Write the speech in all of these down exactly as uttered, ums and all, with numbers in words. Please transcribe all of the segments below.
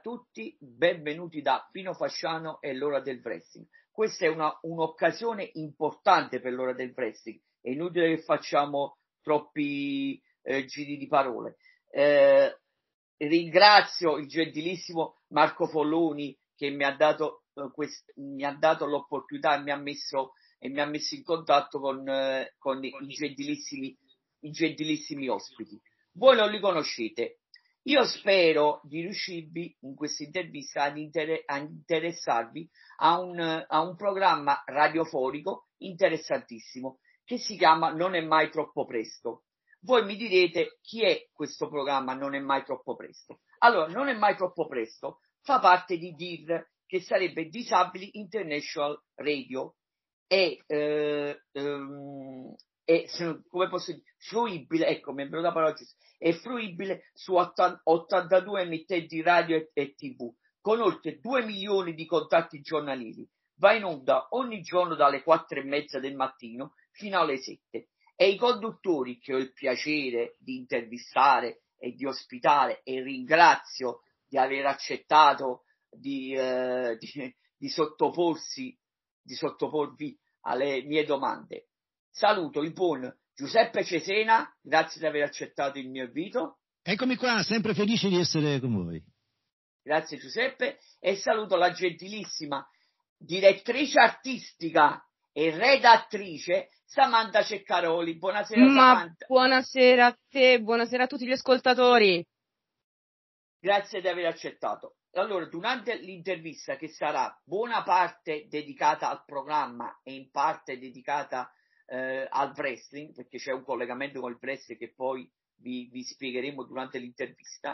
tutti, benvenuti da Pino Fasciano e l'ora del wrestling. Questa è una, un'occasione importante per l'ora del wrestling, è inutile che facciamo troppi eh, giri di parole. Eh, ringrazio il gentilissimo Marco Folloni che mi ha dato, eh, quest- mi ha dato l'opportunità e mi ha messo, e mi ha messo in contatto con, eh, con i gentilissimi, i gentilissimi ospiti. Voi non li conoscete. Io spero di riuscirvi in questa intervista ad, inter- ad interessarvi a un, a un programma radiofonico interessantissimo che si chiama Non è mai troppo presto. Voi mi direte chi è questo programma Non è mai troppo presto. Allora, Non è mai troppo presto fa parte di D I R, che sarebbe Disabili International Radio. È, eh, ehm, è come posso dire, fruibile, ecco, mi è venuta la parola giusta, è fruibile su ottantadue emittenti radio e, e tivù, con oltre due milioni di contatti giornalieri. Va in onda ogni giorno dalle quattro e mezza del mattino fino alle sette. E i conduttori che ho il piacere di intervistare e di ospitare, e ringrazio di aver accettato di, eh, di, di sottoporsi, di sottoporvi alle mie domande. Saluto il buon Giuseppe Cesena, grazie di aver accettato il mio invito. Eccomi qua, sempre felice di essere con voi. Grazie Giuseppe, e saluto la gentilissima direttrice artistica e redattrice Samantha Ceccaroli. Buonasera Ma Samantha. Buonasera a te, buonasera a tutti gli ascoltatori. Grazie di aver accettato. Allora, durante l'intervista, che sarà buona parte dedicata al programma e in parte dedicata eh, al wrestling, perché c'è un collegamento con il wrestling che poi vi, vi spiegheremo durante l'intervista,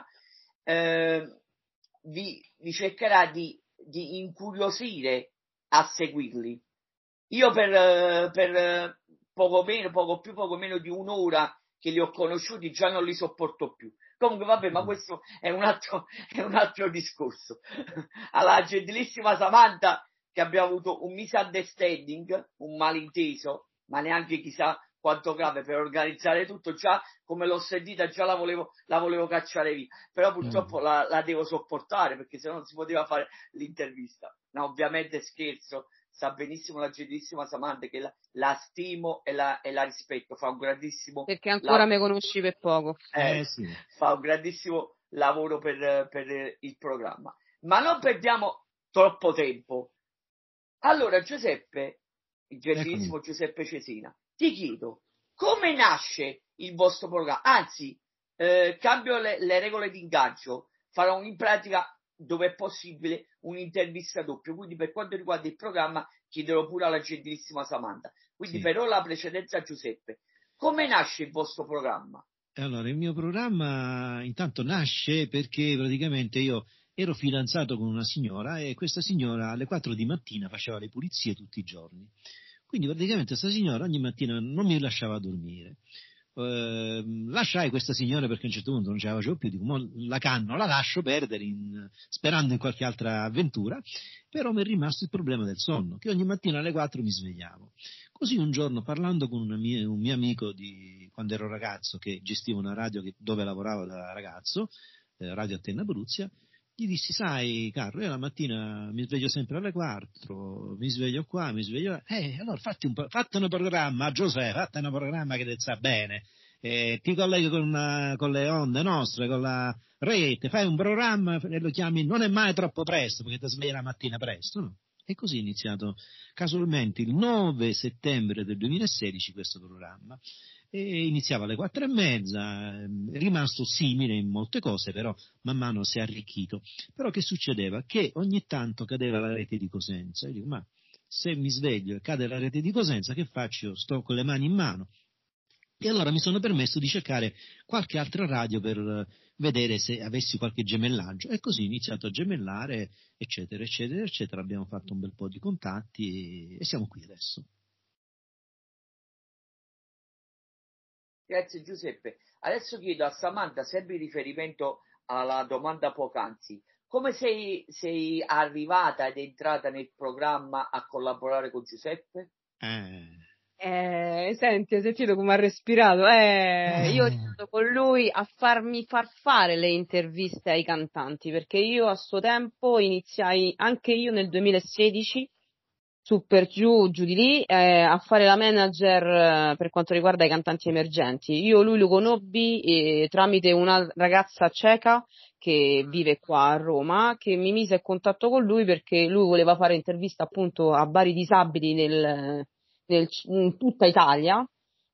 eh, vi, vi cercherà di, di incuriosire a seguirli. Io per, per poco meno, poco più, poco meno di un'ora che li ho conosciuti già non li sopporto più. Comunque vabbè, ma questo è un altro, è un altro discorso. Alla gentilissima Samantha, che abbiamo avuto un misunderstanding, un malinteso, ma neanche chissà quanto grave, per organizzare tutto, già come l'ho sentita già la volevo, la volevo cacciare via, però purtroppo mm. la, la devo sopportare, perché se no non si poteva fare l'intervista. No, ovviamente scherzo. Sa benissimo la gentilissima Samantha che la, la stimo e la, e la rispetto, fa un grandissimo perché ancora la... mi conosci per poco. Eh, eh sì. Fa un grandissimo lavoro per, per il programma. Ma non perdiamo troppo tempo. Allora Giuseppe, il gentilissimo Eccomi. Giuseppe Cesina, ti chiedo come nasce il vostro programma? Anzi, eh, cambio le, le regole di ingaggio, farò in pratica, dove è possibile, un'intervista doppia, quindi per quanto riguarda il programma chiederò pure alla gentilissima Samantha, quindi sì. Per ora la precedenza a Giuseppe. Come nasce il vostro programma? Allora, il mio programma intanto nasce perché praticamente io ero fidanzato con una signora e questa signora alle quattro di mattina faceva le pulizie tutti i giorni, quindi praticamente questa signora ogni mattina non mi lasciava dormire. Uh, lasciai questa signora perché a un certo punto non ce la facevo più, dico, mo la canno, la lascio perdere in, sperando in qualche altra avventura, però mi è rimasto il problema del sonno, che ogni mattina alle quattro mi svegliavo. Così un giorno, parlando con mia, un mio amico di quando ero ragazzo, che gestiva una radio che, dove lavoravo da ragazzo, eh, Radio Antenna Abruzia, gli dissi, sai Carlo, io la mattina mi sveglio sempre alle quattro, mi sveglio qua, mi sveglio là. Eh, allora fatti un, fatti un programma, Giuseppe, fatti un programma che ti sa bene, eh, ti colleghi con, una, con le onde nostre, con la rete, fai un programma e lo chiami Non è mai troppo presto, perché ti svegli la mattina presto, no? E così è iniziato casualmente il nove settembre del duemilasedici questo programma. E iniziava alle quattro e mezza, è rimasto simile in molte cose, però man mano si è arricchito. Però che succedeva? Che ogni tanto cadeva la rete di Cosenza. Io dico, ma se mi sveglio e cade la rete di Cosenza, che faccio? Sto con le mani in mano. E allora mi sono permesso di cercare qualche altra radio per vedere se avessi qualche gemellaggio. E così ho iniziato a gemellare, eccetera, eccetera, eccetera. Abbiamo fatto un bel po' di contatti e, e siamo qui adesso. Grazie Giuseppe. Adesso chiedo a Samantha, sempre in riferimento alla domanda poc'anzi, come sei, sei arrivata ed entrata nel programma a collaborare con Giuseppe? Eh, Eh, senti, hai sentito come ha respirato? Eh, io ho iniziato con lui a farmi far fare le interviste ai cantanti, perché io a suo tempo iniziai anche io nel duemilasedici, su per giù, giù di lì, eh, a fare la manager eh, per quanto riguarda i cantanti emergenti. Io lui lo conobbi eh, tramite una ragazza ceca che vive qua a Roma, che mi mise in contatto con lui perché lui voleva fare intervista appunto a vari disabili nel, nel- in tutta Italia.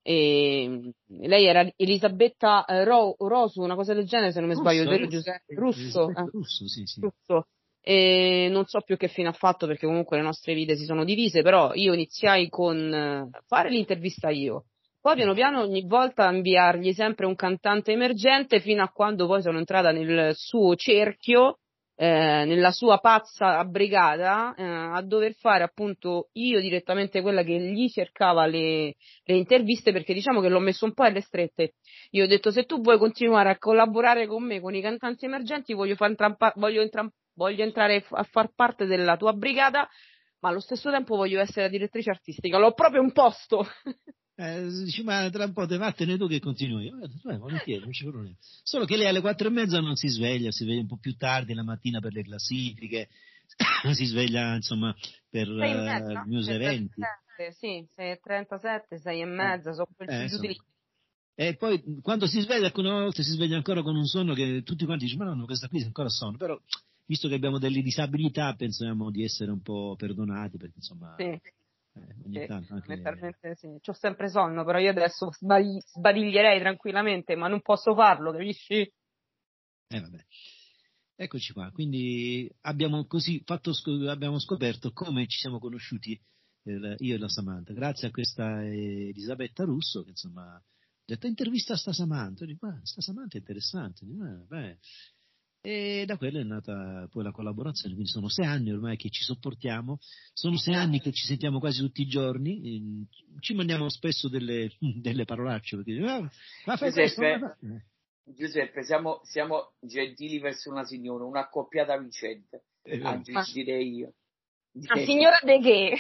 E lei era Elisabetta eh, Ro- Rosu, una cosa del genere, se non mi sbaglio, Russo, vero russo, Giuseppe? Russo, Elisabetta eh, Russo, sì, sì. Russo. E non so più che fine ha fatto perché comunque le nostre vite si sono divise, però io iniziai con eh, fare l'intervista io. Poi piano piano ogni volta inviargli sempre un cantante emergente fino a quando poi sono entrata nel suo cerchio, eh, nella sua pazza brigata, eh, a dover fare appunto io direttamente quella che gli cercava le, le interviste, perché diciamo che l'ho messo un po' alle strette. Io ho detto se tu vuoi continuare a collaborare con me con i cantanti emergenti voglio, far intrampa- voglio, entra- voglio entrare a far parte della tua brigata, ma allo stesso tempo voglio essere la direttrice artistica. L'ho proprio imposto. Eh, dici, ma tra un po' te vattene tu che continui. Eh, volentieri, non c'è problema. Solo che lei alle quattro e mezza non si sveglia, si sveglia un po' più tardi la mattina per le classifiche, si sveglia insomma per Sei e uh, mezza? news sei e eventi. trentasette, sì, sei e trentasette, sei e Eh, mezza, so quel eh, giù di insomma. lì. E poi quando si sveglia, alcune volte si sveglia ancora con un sonno che tutti quanti dicono, ma no, questa qui è ancora sonno, però visto che abbiamo delle disabilità pensiamo di essere un po' perdonati, perché insomma Sì, eh, ogni sì, tanto anche... fondamentalmente sì. C'ho sempre sonno, però io adesso sbagli- sbadiglierei tranquillamente, ma non posso farlo, capisci? Eh, vabbè. Eccoci qua, quindi abbiamo così fatto, sc- abbiamo scoperto come ci siamo conosciuti eh, io e la Samantha, grazie a questa eh, Elisabetta Russo che insomma ha detto intervista a sta Samantha, dico, ah, sta Samantha è interessante, dico, ah, beh. E da quella è nata poi la collaborazione, quindi sono sei anni ormai che ci sopportiamo, sono sei anni che ci sentiamo quasi tutti i giorni, eh, ci mandiamo spesso delle, delle parolacce perché ah, ma fai questo, ma Giuseppe, fai... Giuseppe, siamo, siamo gentili verso una signora, una accoppiata vincente, Eh, vabbè. anzi Ma, direi io. ma Direi- signora De che?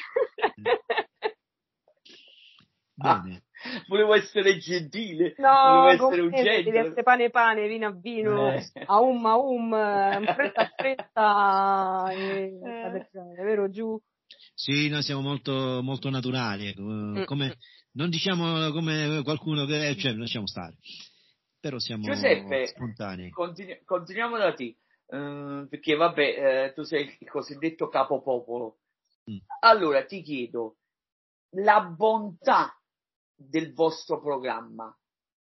Ah, Bene. volevo essere gentile, volevo No, con essere un me devi gentile. essere pane pane, vino a vino, Eh. a um a um, fretta a fretta, e cose del Eh. genere, vero giù? Sì, noi siamo molto, molto naturali, ecco, Mm, come, mm. non diciamo come qualcuno che, cioè, lasciamo stare, però siamo Giuseppe, spontanei. continu- continuiamo da te, eh, perché vabbè, eh, tu sei il cosiddetto capopopolo. Mm. Allora ti chiedo, la bontà del vostro programma.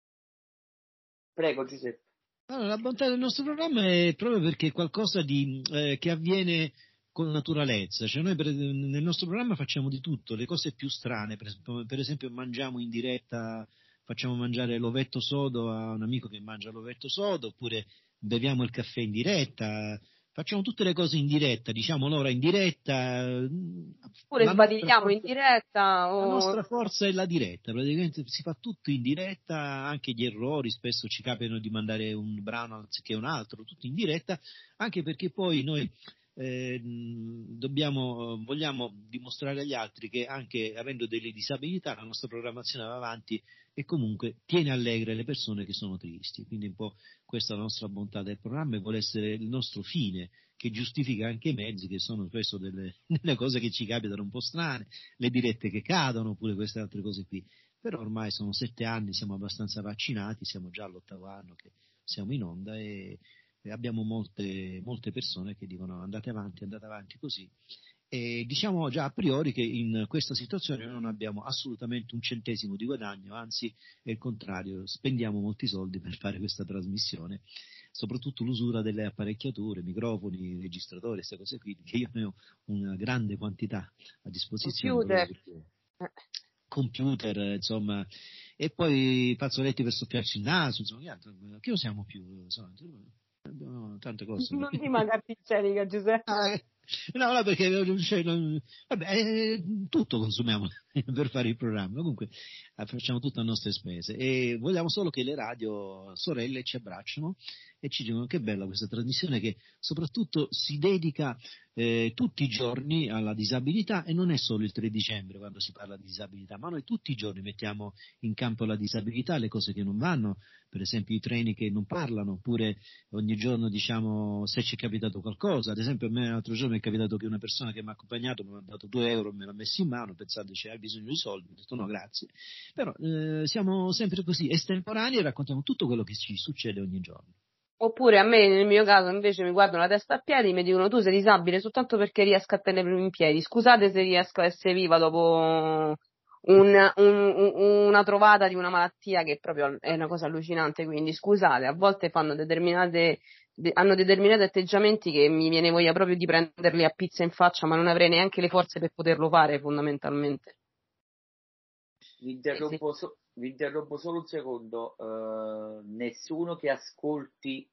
Prego Giuseppe. Allora, la bontà del nostro programma è proprio perché è qualcosa di, eh, che avviene con naturalezza, cioè noi per, nel nostro programma facciamo di tutto, le cose più strane, per esempio, per esempio mangiamo in diretta, facciamo mangiare l'ovetto sodo a un amico che mangia l'ovetto sodo, oppure beviamo il caffè in diretta, facciamo tutte le cose in diretta, diciamo l'ora in diretta, Pure la nostra sbadigliamo in forza, diretta la o... nostra forza è la diretta, praticamente si fa tutto in diretta, anche gli errori, spesso ci capitano di mandare un brano anziché un altro, tutto in diretta, anche perché poi noi eh, dobbiamo, vogliamo dimostrare agli altri che anche avendo delle disabilità la nostra programmazione va avanti e comunque tiene allegre le persone che sono tristi, quindi un po' questa è la nostra bontà del programma e vuole essere il nostro fine, che giustifica anche i mezzi, che sono spesso delle, delle cose che ci capitano un po' strane, le dirette che cadono, oppure queste altre cose qui. Però ormai sono sette anni, siamo abbastanza vaccinati, siamo già all'ottavo anno che siamo in onda e, e abbiamo molte, molte persone che dicono andate avanti, andate avanti così. E diciamo già a priori che in questa situazione non abbiamo assolutamente un centesimo di guadagno, anzi è il contrario, spendiamo molti soldi per fare questa trasmissione, soprattutto l'usura delle apparecchiature, microfoni, registratori, queste cose qui, che io ne ho una grande quantità a disposizione proprio computer. perché computer, insomma, e poi fazzoletti per soffiarci il naso, insomma, che altro, che usiamo più? Insomma, abbiamo tante cose. Non di carta igienica, Giuseppe. Ah, eh. No, no, perché cioè, non, vabbè, eh, tutto consumiamo per fare il programma, comunque eh, facciamo tutto a nostre spese e vogliamo solo che le radio sorelle ci abbracciano e ci dicono che bella questa trasmissione che soprattutto si dedica eh, tutti i giorni alla disabilità, e non è solo il tre dicembre quando si parla di disabilità, ma noi tutti i giorni mettiamo in campo la disabilità, le cose che non vanno, per esempio i treni che non parlano, oppure ogni giorno diciamo se ci è capitato qualcosa. Ad esempio a me l'altro giorno è capitato che una persona che mi ha accompagnato mi ha dato due euro e me l'ha messo in mano pensando che hai bisogno di soldi, ho detto no grazie, però eh, siamo sempre così estemporanei e raccontiamo tutto quello che ci succede ogni giorno. Oppure a me, nel mio caso, invece mi guardano la testa a piedi, mi dicono tu sei disabile soltanto perché riesco a tenermi in piedi. Scusate se riesco a essere viva dopo un, un, una trovata di una malattia che proprio è una cosa allucinante. Quindi scusate, a volte fanno determinate, de, hanno determinati atteggiamenti che mi viene voglia proprio di prenderli a pizza in faccia, ma non avrei neanche le forze per poterlo fare fondamentalmente. Vi interrompo, so, vi interrompo solo un secondo. Uh, nessuno che ascolti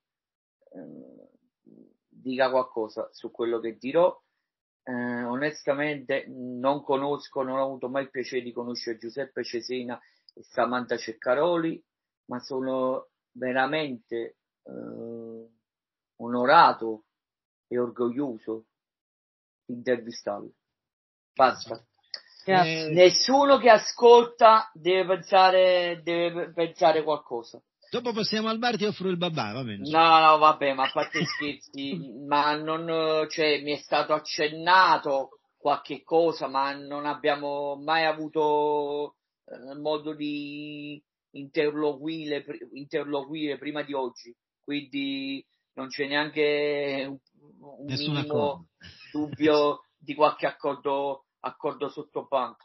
uh, dica qualcosa su quello che dirò. Uh, onestamente non conosco, non ho avuto mai il piacere di conoscere Giuseppe Cesena e Samantha Ceccaroli, ma sono veramente uh, onorato e orgoglioso di intervistarli. Basta. Grazie. Nessuno che ascolta deve pensare, deve pensare qualcosa. Dopo passiamo al bar, ti offro il babà, va bene? No, no, vabbè, ma a parte scherzi, ma non, cioè, mi è stato accennato qualche cosa, ma non abbiamo mai avuto eh, modo di interloquire, interloquire prima di oggi, quindi non c'è neanche un, un Nessun minimo accordo. dubbio di qualche accordo accordo sotto banco.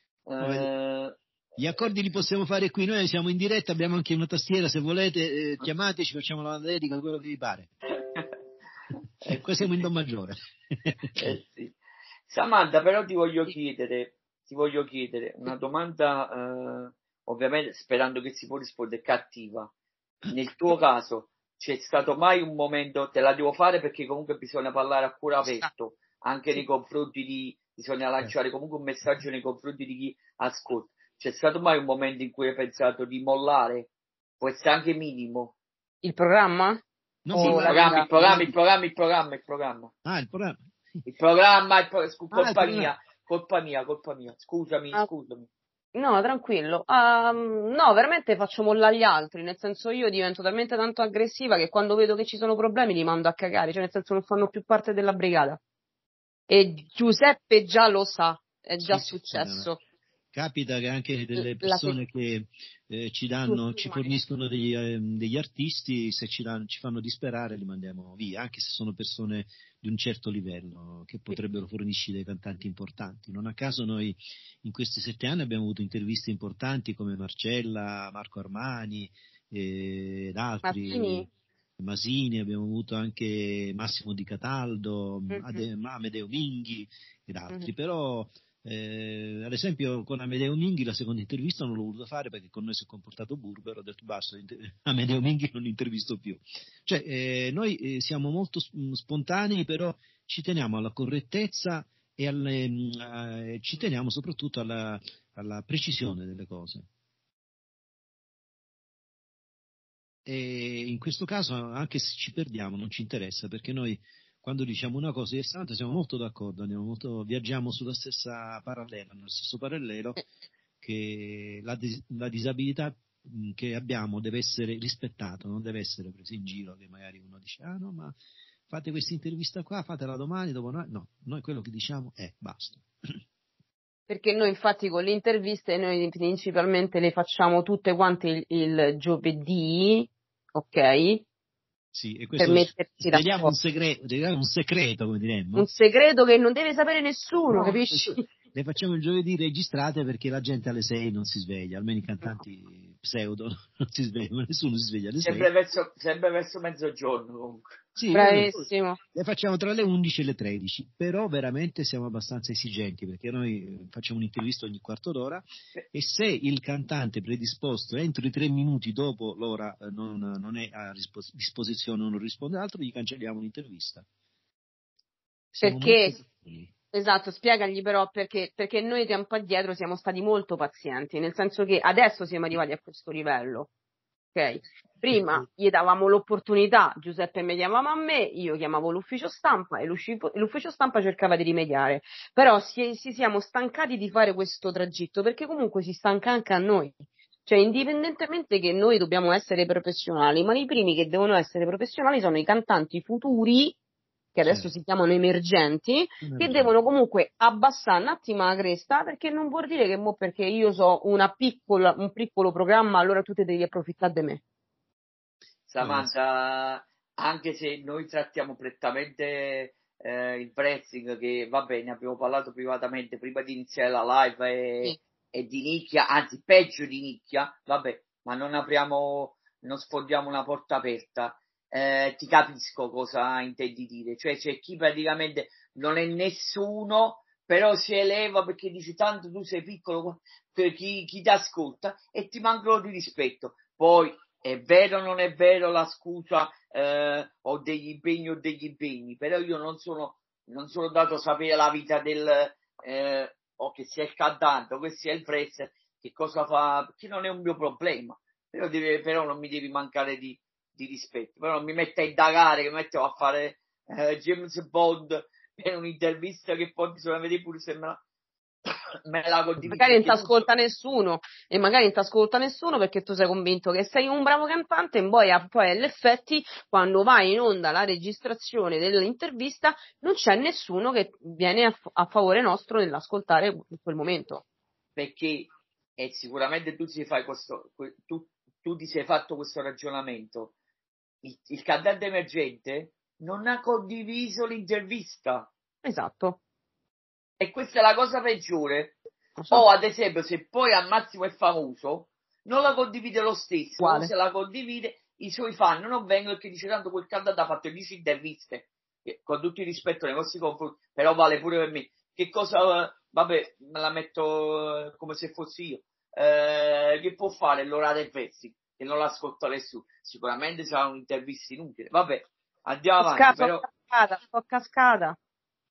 Eh, gli accordi li possiamo fare qui, noi siamo in diretta, abbiamo anche una tastiera, se volete eh, chiamateci, facciamo la dedica, quello che vi pare. eh, qua siamo in do maggiore. eh, sì. Samantha, però ti voglio chiedere ti voglio chiedere una domanda, eh, ovviamente sperando che si può rispondere, cattiva. Nel tuo caso c'è stato mai un momento, te la devo fare perché comunque bisogna parlare a cuore aperto anche nei confronti di, bisogna lanciare comunque un messaggio nei confronti di chi ascolta. C'è stato mai un momento in cui hai pensato di mollare? Può essere anche minimo. Il programma? No, sì, il, programma, il programma, il programma, il programma, il programma. Ah, il programma. Il programma, il pro... Scu- ah, colpa il mia, colpa mia, colpa mia. Scusami, ah, scusami. No, tranquillo. Um, no, veramente faccio mollare gli altri, nel senso io divento talmente tanto aggressiva che quando vedo che ci sono problemi li mando a cagare, cioè nel senso non fanno più parte della brigata. E Giuseppe già lo sa, è già sì, successo. Sì, capita che anche delle persone La... che eh, ci danno, ci forniscono degli, eh, degli artisti, se ci, danno, ci fanno disperare li mandiamo via, anche se sono persone di un certo livello che potrebbero fornirci dei cantanti importanti. Non a caso noi in questi sette anni abbiamo avuto interviste importanti come Marcella, Marco Armani ed altri. Masini. Masini, abbiamo avuto anche Massimo Di Cataldo, mm-hmm. Amedeo Minghi ed altri, mm-hmm. però eh, ad esempio con Amedeo Minghi la seconda intervista non l'ho voluto fare perché con noi si è comportato burbero, ho detto basta, Amedeo Minghi non intervisto più. Cioè eh, noi eh, siamo molto spontanei, però ci teniamo alla correttezza e alle, eh, ci teniamo soprattutto alla, alla precisione delle cose. E in questo caso anche se ci perdiamo non ci interessa, perché noi quando diciamo una cosa di Santa siamo molto d'accordo, andiamo molto, viaggiamo sulla stessa parallela, nello stesso parallelo, che la, dis- la disabilità che abbiamo deve essere rispettata, non deve essere presa in giro, che magari uno dice ah no ma fate questa intervista qua, fatela domani, dopo noi, no, noi quello che diciamo è basta. Perché noi infatti con le interviste noi principalmente le facciamo tutte quante il, il giovedì, ok? Sì, e questo sveliamo un segreto, un segreto, come diremmo. Un segreto che non deve sapere nessuno, no, capisci? Le facciamo il giovedì registrate perché la gente alle sei non si sveglia, almeno i cantanti no. pseudo non si svegliano, nessuno si sveglia alle sempre sei. Verso, sempre verso mezzogiorno comunque. Sì, bravissimo. Le facciamo tra le undici e le tredici, però veramente siamo abbastanza esigenti perché noi facciamo un'intervista ogni quarto d'ora e se il cantante predisposto entro i tre minuti dopo l'ora non, non è a disposizione o non risponde altro, gli cancelliamo l'intervista. Siamo perché, esatto, spiegagli però perché, perché noi tempo addietro siamo stati molto pazienti, nel senso che adesso siamo arrivati a questo livello. Ok? ok? Prima gli davamo l'opportunità, Giuseppe mi chiamava a me, io chiamavo l'ufficio stampa e l'ufficio, l'ufficio stampa cercava di rimediare. Però si, si siamo stancati di fare questo tragitto, perché comunque si stanca anche a noi. Cioè, indipendentemente che noi dobbiamo essere professionali, ma i primi che devono essere professionali sono i cantanti futuri, che adesso Certo. si chiamano emergenti, Emergenti. che devono comunque abbassare un attimo la cresta, perché non vuol dire che mo perché io so una piccola, un piccolo programma, allora tu ti devi approfittare di me. Samantha, anche se noi trattiamo prettamente eh, il pressing, che va bene, abbiamo parlato privatamente prima di iniziare la live, e, Sì. e di nicchia, anzi peggio di nicchia, vabbè, ma non apriamo, non sfondiamo una porta aperta. Eh, ti capisco cosa intendi dire, cioè c'è chi praticamente non è nessuno, però si eleva perché dice tanto tu sei piccolo, chi, chi ti ascolta, e ti mancano di rispetto. Poi è vero o non è vero la scusa, eh, ho degli impegni o degli impegni, però io non sono, non sono dato a sapere la vita del, eh, o che sia il cantante o che sia il presser, che cosa fa, perché non è un mio problema, però, deve, però non mi devi mancare di, di rispetto, però non mi mette a indagare, che mi metto a fare eh, James Bond per un'intervista che poi bisogna vedere pure se me la, me la condividi. Magari non ti Perché ascolta nessuno, e magari non ti ascolta nessuno perché tu sei convinto che sei un bravo cantante, e poi, poi all'effetti, quando vai in onda la registrazione dell'intervista, non c'è nessuno che viene a, a favore nostro nell'ascoltare in quel momento. Perché e sicuramente tu ti fai questo, tu, tu ti sei fatto questo ragionamento. Il, il cantante emergente non ha condiviso l'intervista. Esatto. E questa è la cosa peggiore. Lo so. O ad esempio, se poi al massimo è famoso, non la condivide lo stesso, o Uguale. se la condivide i suoi fan non vengono, perché dice tanto quel cantante ha fatto dieci interviste, che, con tutto il rispetto nei vostri confronti, però vale pure per me. Che cosa, vabbè, me la metto eh, come se fossi io. Eh, che può fare l'ora del Fessi, che non l'ascolta nessuno? Sicuramente sarà un'intervista inutile. Vabbè, andiamo avanti, Cascata, però sto cascata, sto cascata.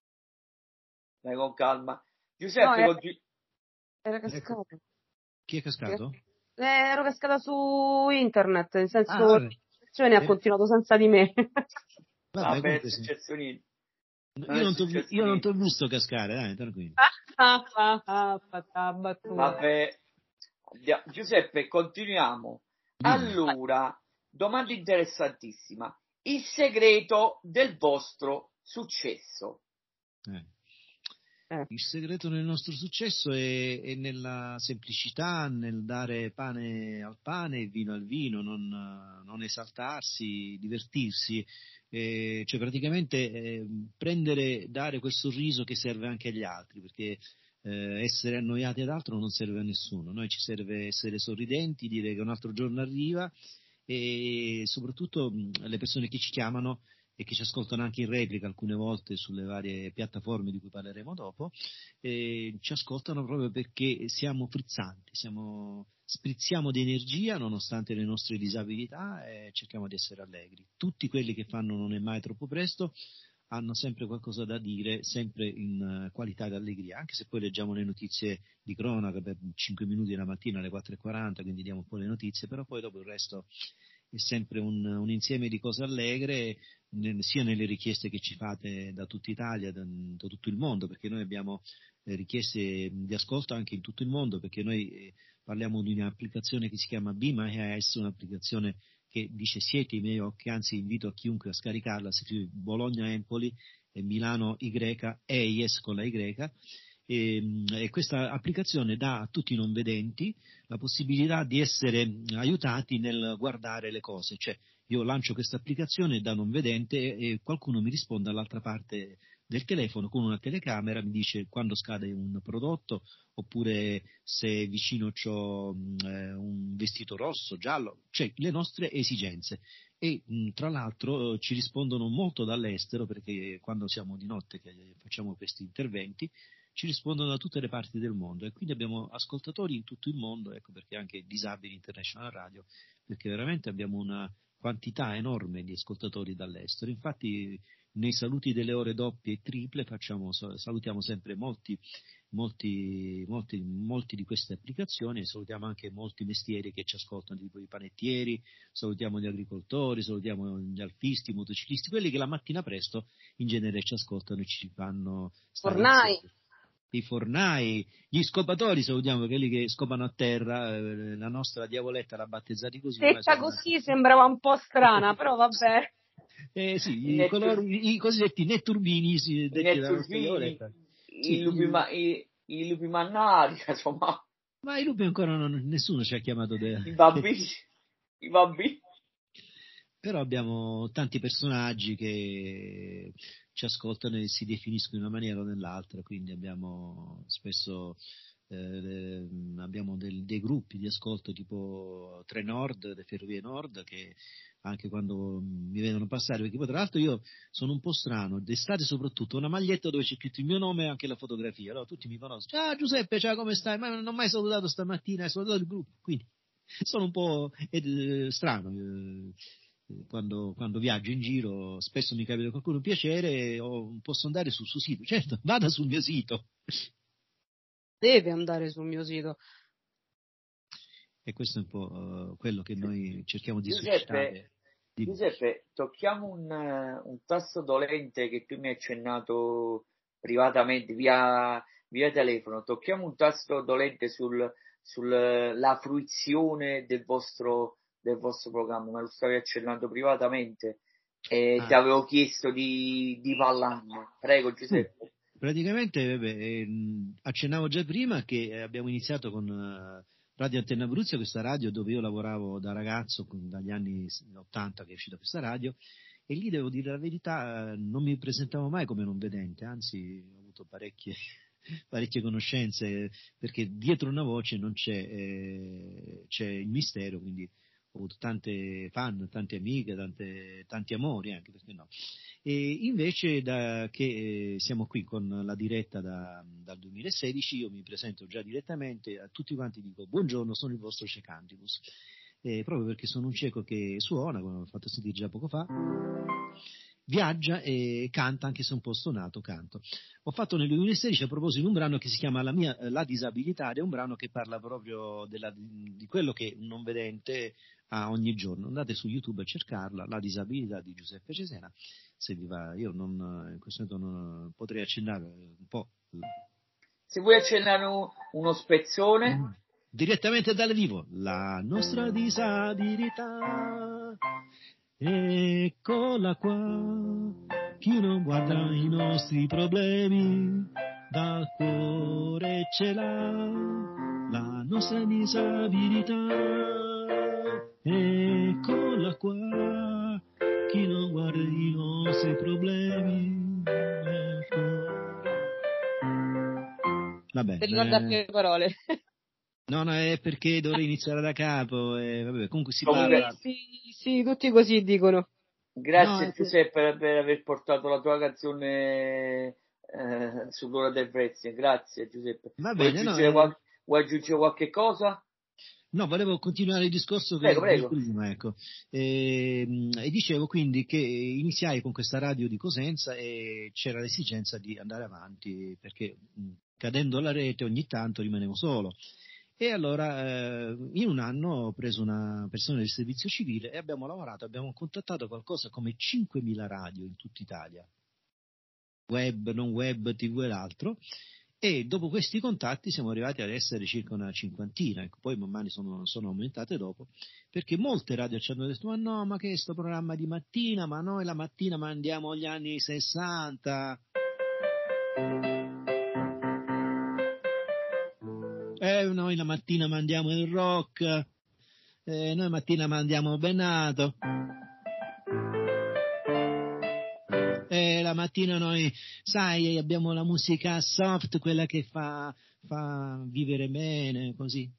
dai, con calma. No, Giuseppe, era, continu- era Ecco. cascata. Chi è cascato? Eh, ero cascata su internet, nel senso Ah, vabbè. l'applicazione ha Eh, continuato senza di me. vabbè, vabbè, è comunque sì. successo niente. Non Io è non t'ho vi- successo io non niente. t'ho visto cascare, dai, tranquillo. Ah, ah, ah, fatta la battuta. Vabbè, andia- Giuseppe, continuiamo. Dimmi. Allora, domanda interessantissima. Il segreto del vostro successo. Eh. Eh. Il segreto del nostro successo è, è nella semplicità, nel dare pane al pane e vino al vino, non, non esaltarsi, divertirsi, eh, cioè praticamente eh, prendere, dare quel sorriso che serve anche agli altri, perché eh, essere annoiati ad altro non serve a nessuno, noi ci serve essere sorridenti, dire che un altro giorno arriva, e soprattutto mh, le persone che ci chiamano e che ci ascoltano anche in replica alcune volte sulle varie piattaforme di cui parleremo dopo, eh, ci ascoltano proprio perché siamo frizzanti, siamo, sprizziamo di energia nonostante le nostre disabilità e cerchiamo di essere allegri. Tutti quelli che fanno Non è mai troppo presto hanno sempre qualcosa da dire, sempre in uh, qualità di allegria, anche se poi leggiamo le notizie di cronaca per cinque minuti la mattina alle quattro e quaranta, quindi diamo un po' le notizie, però poi dopo il resto è sempre un, un insieme di cose allegre, nel, sia nelle richieste che ci fate da tutta Italia, da, da tutto il mondo, perché noi abbiamo eh, richieste di ascolto anche in tutto il mondo, perché noi eh, parliamo di un'applicazione che si chiama Be My Eyes, un'applicazione che dice siete i miei occhi, anzi invito a chiunque a scaricarla, si scrive Bologna-Empoli e Milano-Y-Eyes con la Y, e, e questa applicazione dà a tutti i non vedenti la possibilità di essere aiutati nel guardare le cose, cioè io lancio questa applicazione da non vedente e qualcuno mi risponde dall'altra parte del telefono con una telecamera, mi dice quando scade un prodotto, oppure se vicino c'ho eh, un vestito rosso, giallo, cioè le nostre esigenze. E mh, tra l'altro eh, ci rispondono molto dall'estero, perché quando siamo di notte che facciamo questi interventi ci rispondono da tutte le parti del mondo, e quindi abbiamo ascoltatori in tutto il mondo, ecco perché anche Disabili International Radio, perché veramente abbiamo una quantità enorme di ascoltatori dall'estero. Infatti nei saluti delle ore doppie e triple facciamo, salutiamo sempre molti, molti, molti, molti di queste applicazioni, e salutiamo anche molti mestieri che ci ascoltano, tipo i panettieri, salutiamo gli agricoltori, salutiamo gli alfisti, i motociclisti, quelli che la mattina presto in genere ci ascoltano e ci fanno stare Fornai. insieme. I fornai, gli scopatori, salutiamo quelli che scopano a terra, eh, la nostra diavoletta l'ha battezzati così. Detta così sembrava un po' strana, però vabbè. Eh sì, I i, nettur- colori, i cosiddetti netturbini, si, I detti dalla nostra netturbini, diavoletta. i Sì, lupi, i- ma- i, i lupi mannari, insomma, ma i lupi ancora non, nessuno ci ha chiamato. De, i bambini, i bambini. Però abbiamo tanti personaggi che ci ascoltano e si definiscono in una maniera o nell'altra, quindi abbiamo spesso eh, abbiamo del, dei gruppi di ascolto tipo Tre Nord, le Ferrovie Nord, che anche quando mi vedono passare, perché poi tra l'altro io sono un po' strano, d'estate soprattutto, una maglietta dove c'è scritto il mio nome e anche la fotografia, allora tutti mi conoscono, ciao Giuseppe, ciao, come stai? Ma non ho mai salutato stamattina, hai salutato il gruppo, quindi sono un po' eh, strano. Eh, Quando, quando viaggio in giro spesso mi capita qualcuno un piacere, o posso andare sul suo sito, certo, vada sul mio sito. Deve andare sul mio sito. E questo è un po' uh, quello che noi cerchiamo di Giuseppe, suscitare. Dimmi. Giuseppe, tocchiamo un, un tasto dolente che tu mi hai accennato privatamente via, via telefono. Tocchiamo un tasto dolente sul, sulla fruizione del vostro, del vostro programma. Me lo stavi accennando privatamente e Ah. ti avevo chiesto di, di parlarne. Prego, Giuseppe. Praticamente, vabbè, ehm, accennavo già prima che abbiamo iniziato con uh, Radio Antenna Abruzzo, questa radio dove io lavoravo da ragazzo, con, dagli anni ottanta che è uscita questa radio, e lì devo dire la verità, non mi presentavo mai come non vedente, anzi ho avuto parecchie, parecchie conoscenze, perché dietro una voce non c'è, eh, c'è il mistero, quindi ho avuto tante fan, tante amiche, tante, tanti amori anche, perché no. E invece da che eh, siamo qui con la diretta da, dal duemilasedici, io mi presento già direttamente a tutti quanti, dico buongiorno, sono il vostro Cecantibus, eh, proprio perché sono un cieco che suona, come ho fatto sentire già poco fa, viaggia e canta, anche se un po' stonato canto. Ho fatto nel duemilasedici a proposito un brano che si chiama La mia la disabilità, è un brano che parla proprio della, di quello che un non vedente ha ogni giorno. Andate su YouTube a cercarla, La disabilità di Giuseppe Cesena, se vi va. Io non, in questo momento non potrei accennare un po'. Se vuoi accennare uno spezzone. Direttamente dal vivo, la nostra disabilità, eccola qua, chi non guarda i nostri problemi, dal cuore ce l'ha, la nostra disabilità, eccola qua, chi non guarda i nostri problemi, vabbè. Ti ricorda eh... più le parole. No, no, è perché dovrei iniziare da capo, e vabbè, comunque si Comunque, parla... Sì, sì, sì, tutti così dicono. Grazie No, Giuseppe per, per aver portato la tua canzone eh, sull'ora del wrestling. Grazie Giuseppe. va Vuoi bene, no, aggiungere, eh, qual- vuoi aggiungere qualche cosa? no, volevo continuare il discorso Prego, che, del prego. prima, ecco. E, e dicevo quindi che iniziai con questa radio di Cosenza e c'era l'esigenza di andare avanti, perché mh, cadendo la rete ogni tanto rimanevo solo. E allora eh, in un anno ho preso una persona del servizio civile e abbiamo lavorato, abbiamo contattato qualcosa come cinquemila radio in tutta Italia, web, non web, tivù e altro, e dopo questi contatti siamo arrivati ad essere circa una cinquantina, ecco, poi man mano sono, sono aumentate dopo, perché molte radio ci hanno detto ma no, ma che è sto programma di mattina, ma noi la mattina mandiamo gli anni sessanta. Eh, noi la mattina mandiamo il rock, eh, noi mattina mandiamo Bennato, eh, la mattina noi, sai, abbiamo la musica soft, quella che fa, fa vivere bene, così.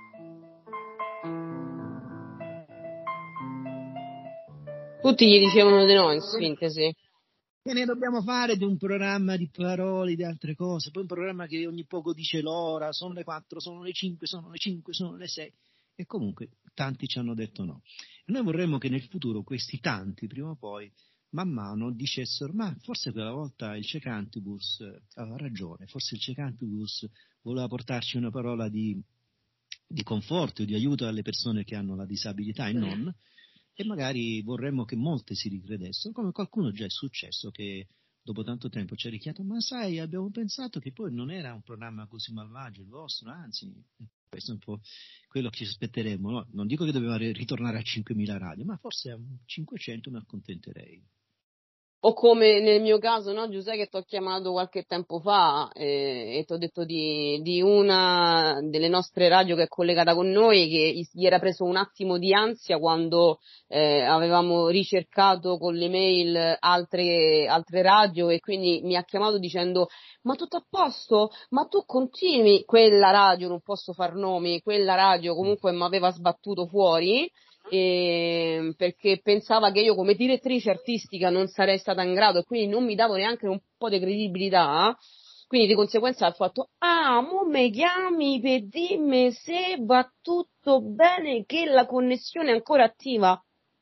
Tutti gli dicevano di no, in sintesi. Che ne dobbiamo fare di un programma di parole, di altre cose, poi un programma che ogni poco dice l'ora, sono le quattro, sono le cinque, sono le cinque, sono le sei, e comunque tanti ci hanno detto no. Noi vorremmo che nel futuro questi tanti, prima o poi, man mano dicessero, ma forse quella volta il Cecantibus aveva ragione, forse il Cecantibus voleva portarci una parola di, di conforto, di aiuto alle persone che hanno la disabilità e non, e magari vorremmo che molte si ricredessero, come qualcuno già è successo che dopo tanto tempo ci ha richiamato, ma sai, abbiamo pensato che poi non era un programma così malvagio il vostro, anzi, questo è un po' quello che ci aspetteremo, no? Non dico che dobbiamo ritornare a cinquemila radio, ma forse a cinquecento mi accontenterei. O come nel mio caso, no, Giuseppe, che ti ho chiamato qualche tempo fa eh, e ti ho detto di, di una delle nostre radio che è collegata con noi, che gli era preso un attimo di ansia quando eh, avevamo ricercato con le mail altre, altre radio, e quindi mi ha chiamato dicendo: ma tutto a posto? Ma tu continui? Quella radio, non posso far nomi, quella radio comunque mi aveva sbattuto fuori. E perché pensava che io come direttrice artistica non sarei stata in grado, e quindi non mi davo neanche un po' di credibilità, quindi di conseguenza ha fatto: ah, mo mi chiami per dirmi se va tutto bene, che la connessione è ancora attiva.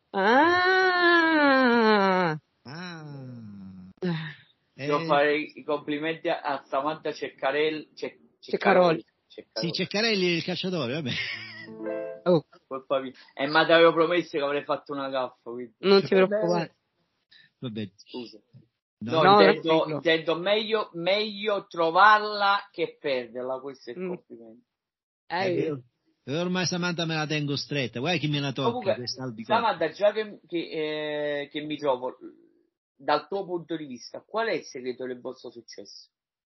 Ah, Ah. Devo Eh, fare i complimenti a Samantha Ceccarelli. Ce, Ceccaroli. Sì, Ceccarelli il calciatore, vabbè. Oh. Eh, ma ti avevo promesso che avrei fatto una gaffa. Quindi. Non ti preoccupare. Vabbè. Scusa. No, No, no, intendo, intendo meglio, meglio trovarla che perderla, questo è il Mm. complimento. Eh, eh, ormai Samantha me la tengo stretta, guai chi me la tocca. Comunque, Samantha, già che, che, eh, che mi trovo, dal tuo punto di vista, qual è il segreto del vostro successo?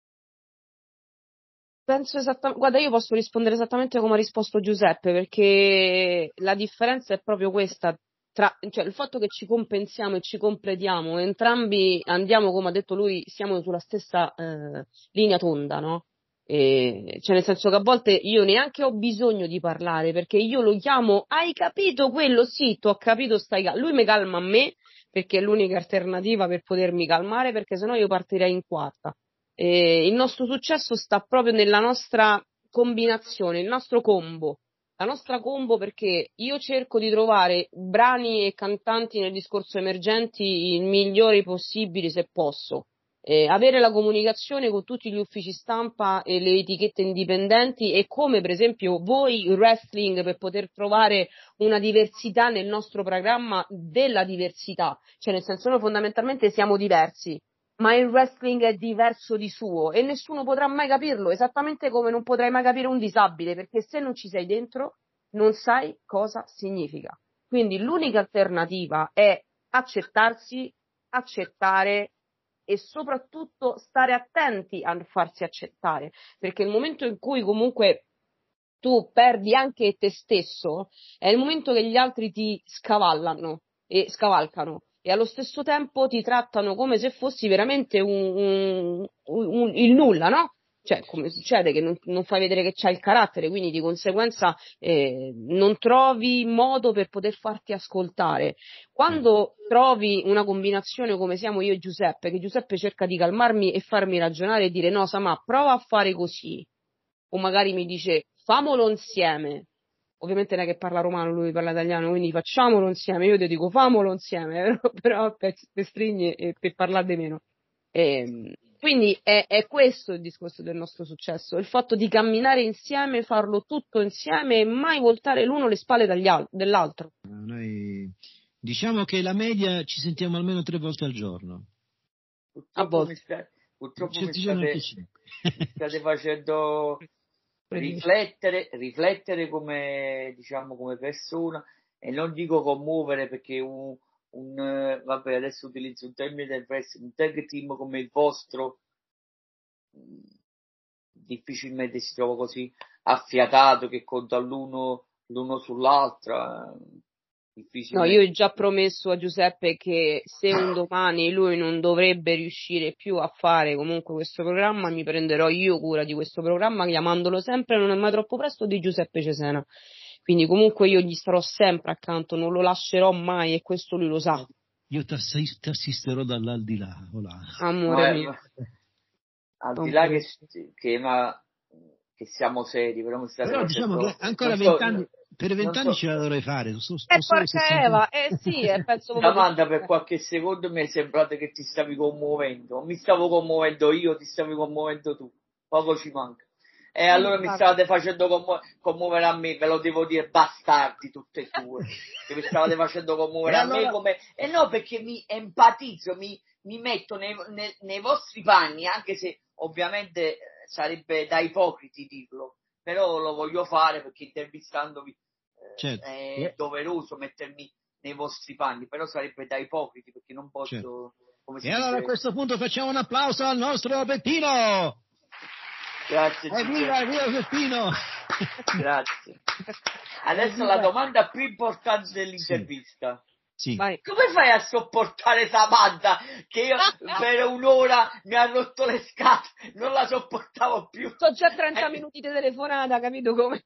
Penso esattamente, guarda, io posso rispondere esattamente come ha risposto Giuseppe, perché la differenza è proprio questa, tra, cioè il fatto che ci compensiamo e ci completiamo, entrambi andiamo, come ha detto lui, siamo sulla stessa eh, linea tonda, no? E, cioè nel senso che a volte io neanche ho bisogno di parlare, perché io lo chiamo: hai capito quello? Sì, tu ho capito, stai calmo. Lui mi calma a me, perché è l'unica alternativa per potermi calmare, perché sennò io partirei in quarta. Eh, il nostro successo sta proprio nella nostra combinazione, il nostro combo, la nostra combo, perché io cerco di trovare brani e cantanti nel discorso emergenti i migliori possibili se posso, eh, avere la comunicazione con tutti gli uffici stampa e le etichette indipendenti, e come per esempio voi il wrestling, per poter trovare una diversità nel nostro programma della diversità, cioè nel senso noi fondamentalmente siamo diversi, ma il wrestling è diverso di suo e nessuno potrà mai capirlo, esattamente come non potrai mai capire un disabile, perché se non ci sei dentro non sai cosa significa. Quindi l'unica alternativa è accettarsi, accettare e soprattutto stare attenti a farsi accettare, perché il momento in cui comunque tu perdi anche te stesso è il momento che gli altri ti scavallano e scavalcano, e allo stesso tempo ti trattano come se fossi veramente un, un, un, il nulla, no? Cioè, come succede che non, non fai vedere che c'hai il carattere, quindi di conseguenza eh, non trovi modo per poter farti ascoltare. Quando trovi una combinazione come siamo io e Giuseppe, che Giuseppe cerca di calmarmi e farmi ragionare e dire: no, Samà, prova a fare così, o magari mi dice: famolo insieme. Ovviamente non è che parla romano, lui parla italiano, quindi facciamolo insieme. Io ti dico famolo insieme, però per, per stringere e per parlare di meno. E, quindi è, è questo il discorso del nostro successo, il fatto di camminare insieme, farlo tutto insieme e mai voltare l'uno le spalle dagli al- dell'altro. Noi diciamo che la media ci sentiamo almeno tre volte al giorno. Purtroppo mi, sta, purtroppo mi state, mi state facendo riflettere, riflettere come, diciamo, come persona, e non dico commuovere, perché un, un vabbè, adesso utilizzo un termine del wrestling, un tag team come il vostro difficilmente si trova così affiatato, che conta l'uno, l'uno sull'altra. No, io ho già promesso a Giuseppe che se un domani lui non dovrebbe riuscire più a fare comunque questo programma, mi prenderò io cura di questo programma, chiamandolo sempre, non è mai troppo presto, di Giuseppe Cesena. Quindi comunque io gli starò sempre accanto, non lo lascerò mai, e questo lui lo sa. Io ti assisterò dall'aldilà. Amore mio. Al di là che, che, ma, che siamo seri, però mi state però facendo... diciamo che ancora vent'anni, per vent'anni so. ce la dovrei fare. So, eh, porca Eva, eh sì, eh, penso Samantha, per qualche secondo mi è sembrato che ti stavi commuovendo. Mi stavo commuovendo io, ti stavi commuovendo tu. Poco ci manca. E eh, allora mi stavate facendo commu- commuovere a me, ve lo devo dire, bastardi tutte e due. Che mi stavate facendo commuovere a allora... me come... E eh no, perché mi empatizzo, mi, mi metto nei, nei, nei vostri panni, anche se ovviamente sarebbe da ipocriti dirlo, però lo voglio fare perché intervistandovi eh, certo. è doveroso mettermi nei vostri panni, però sarebbe da ipocriti perché non posso... Certo. Come si e allora dice... a questo punto facciamo un applauso al nostro Peppino! Grazie. Evviva, evviva Peppino! Grazie. Adesso la domanda più importante dell'intervista. Sì. Sì. Come fai a sopportare Samantha che io per un'ora mi ha rotto le scatole, non la sopportavo più. Sono già trenta minuti di telefonata, capito come?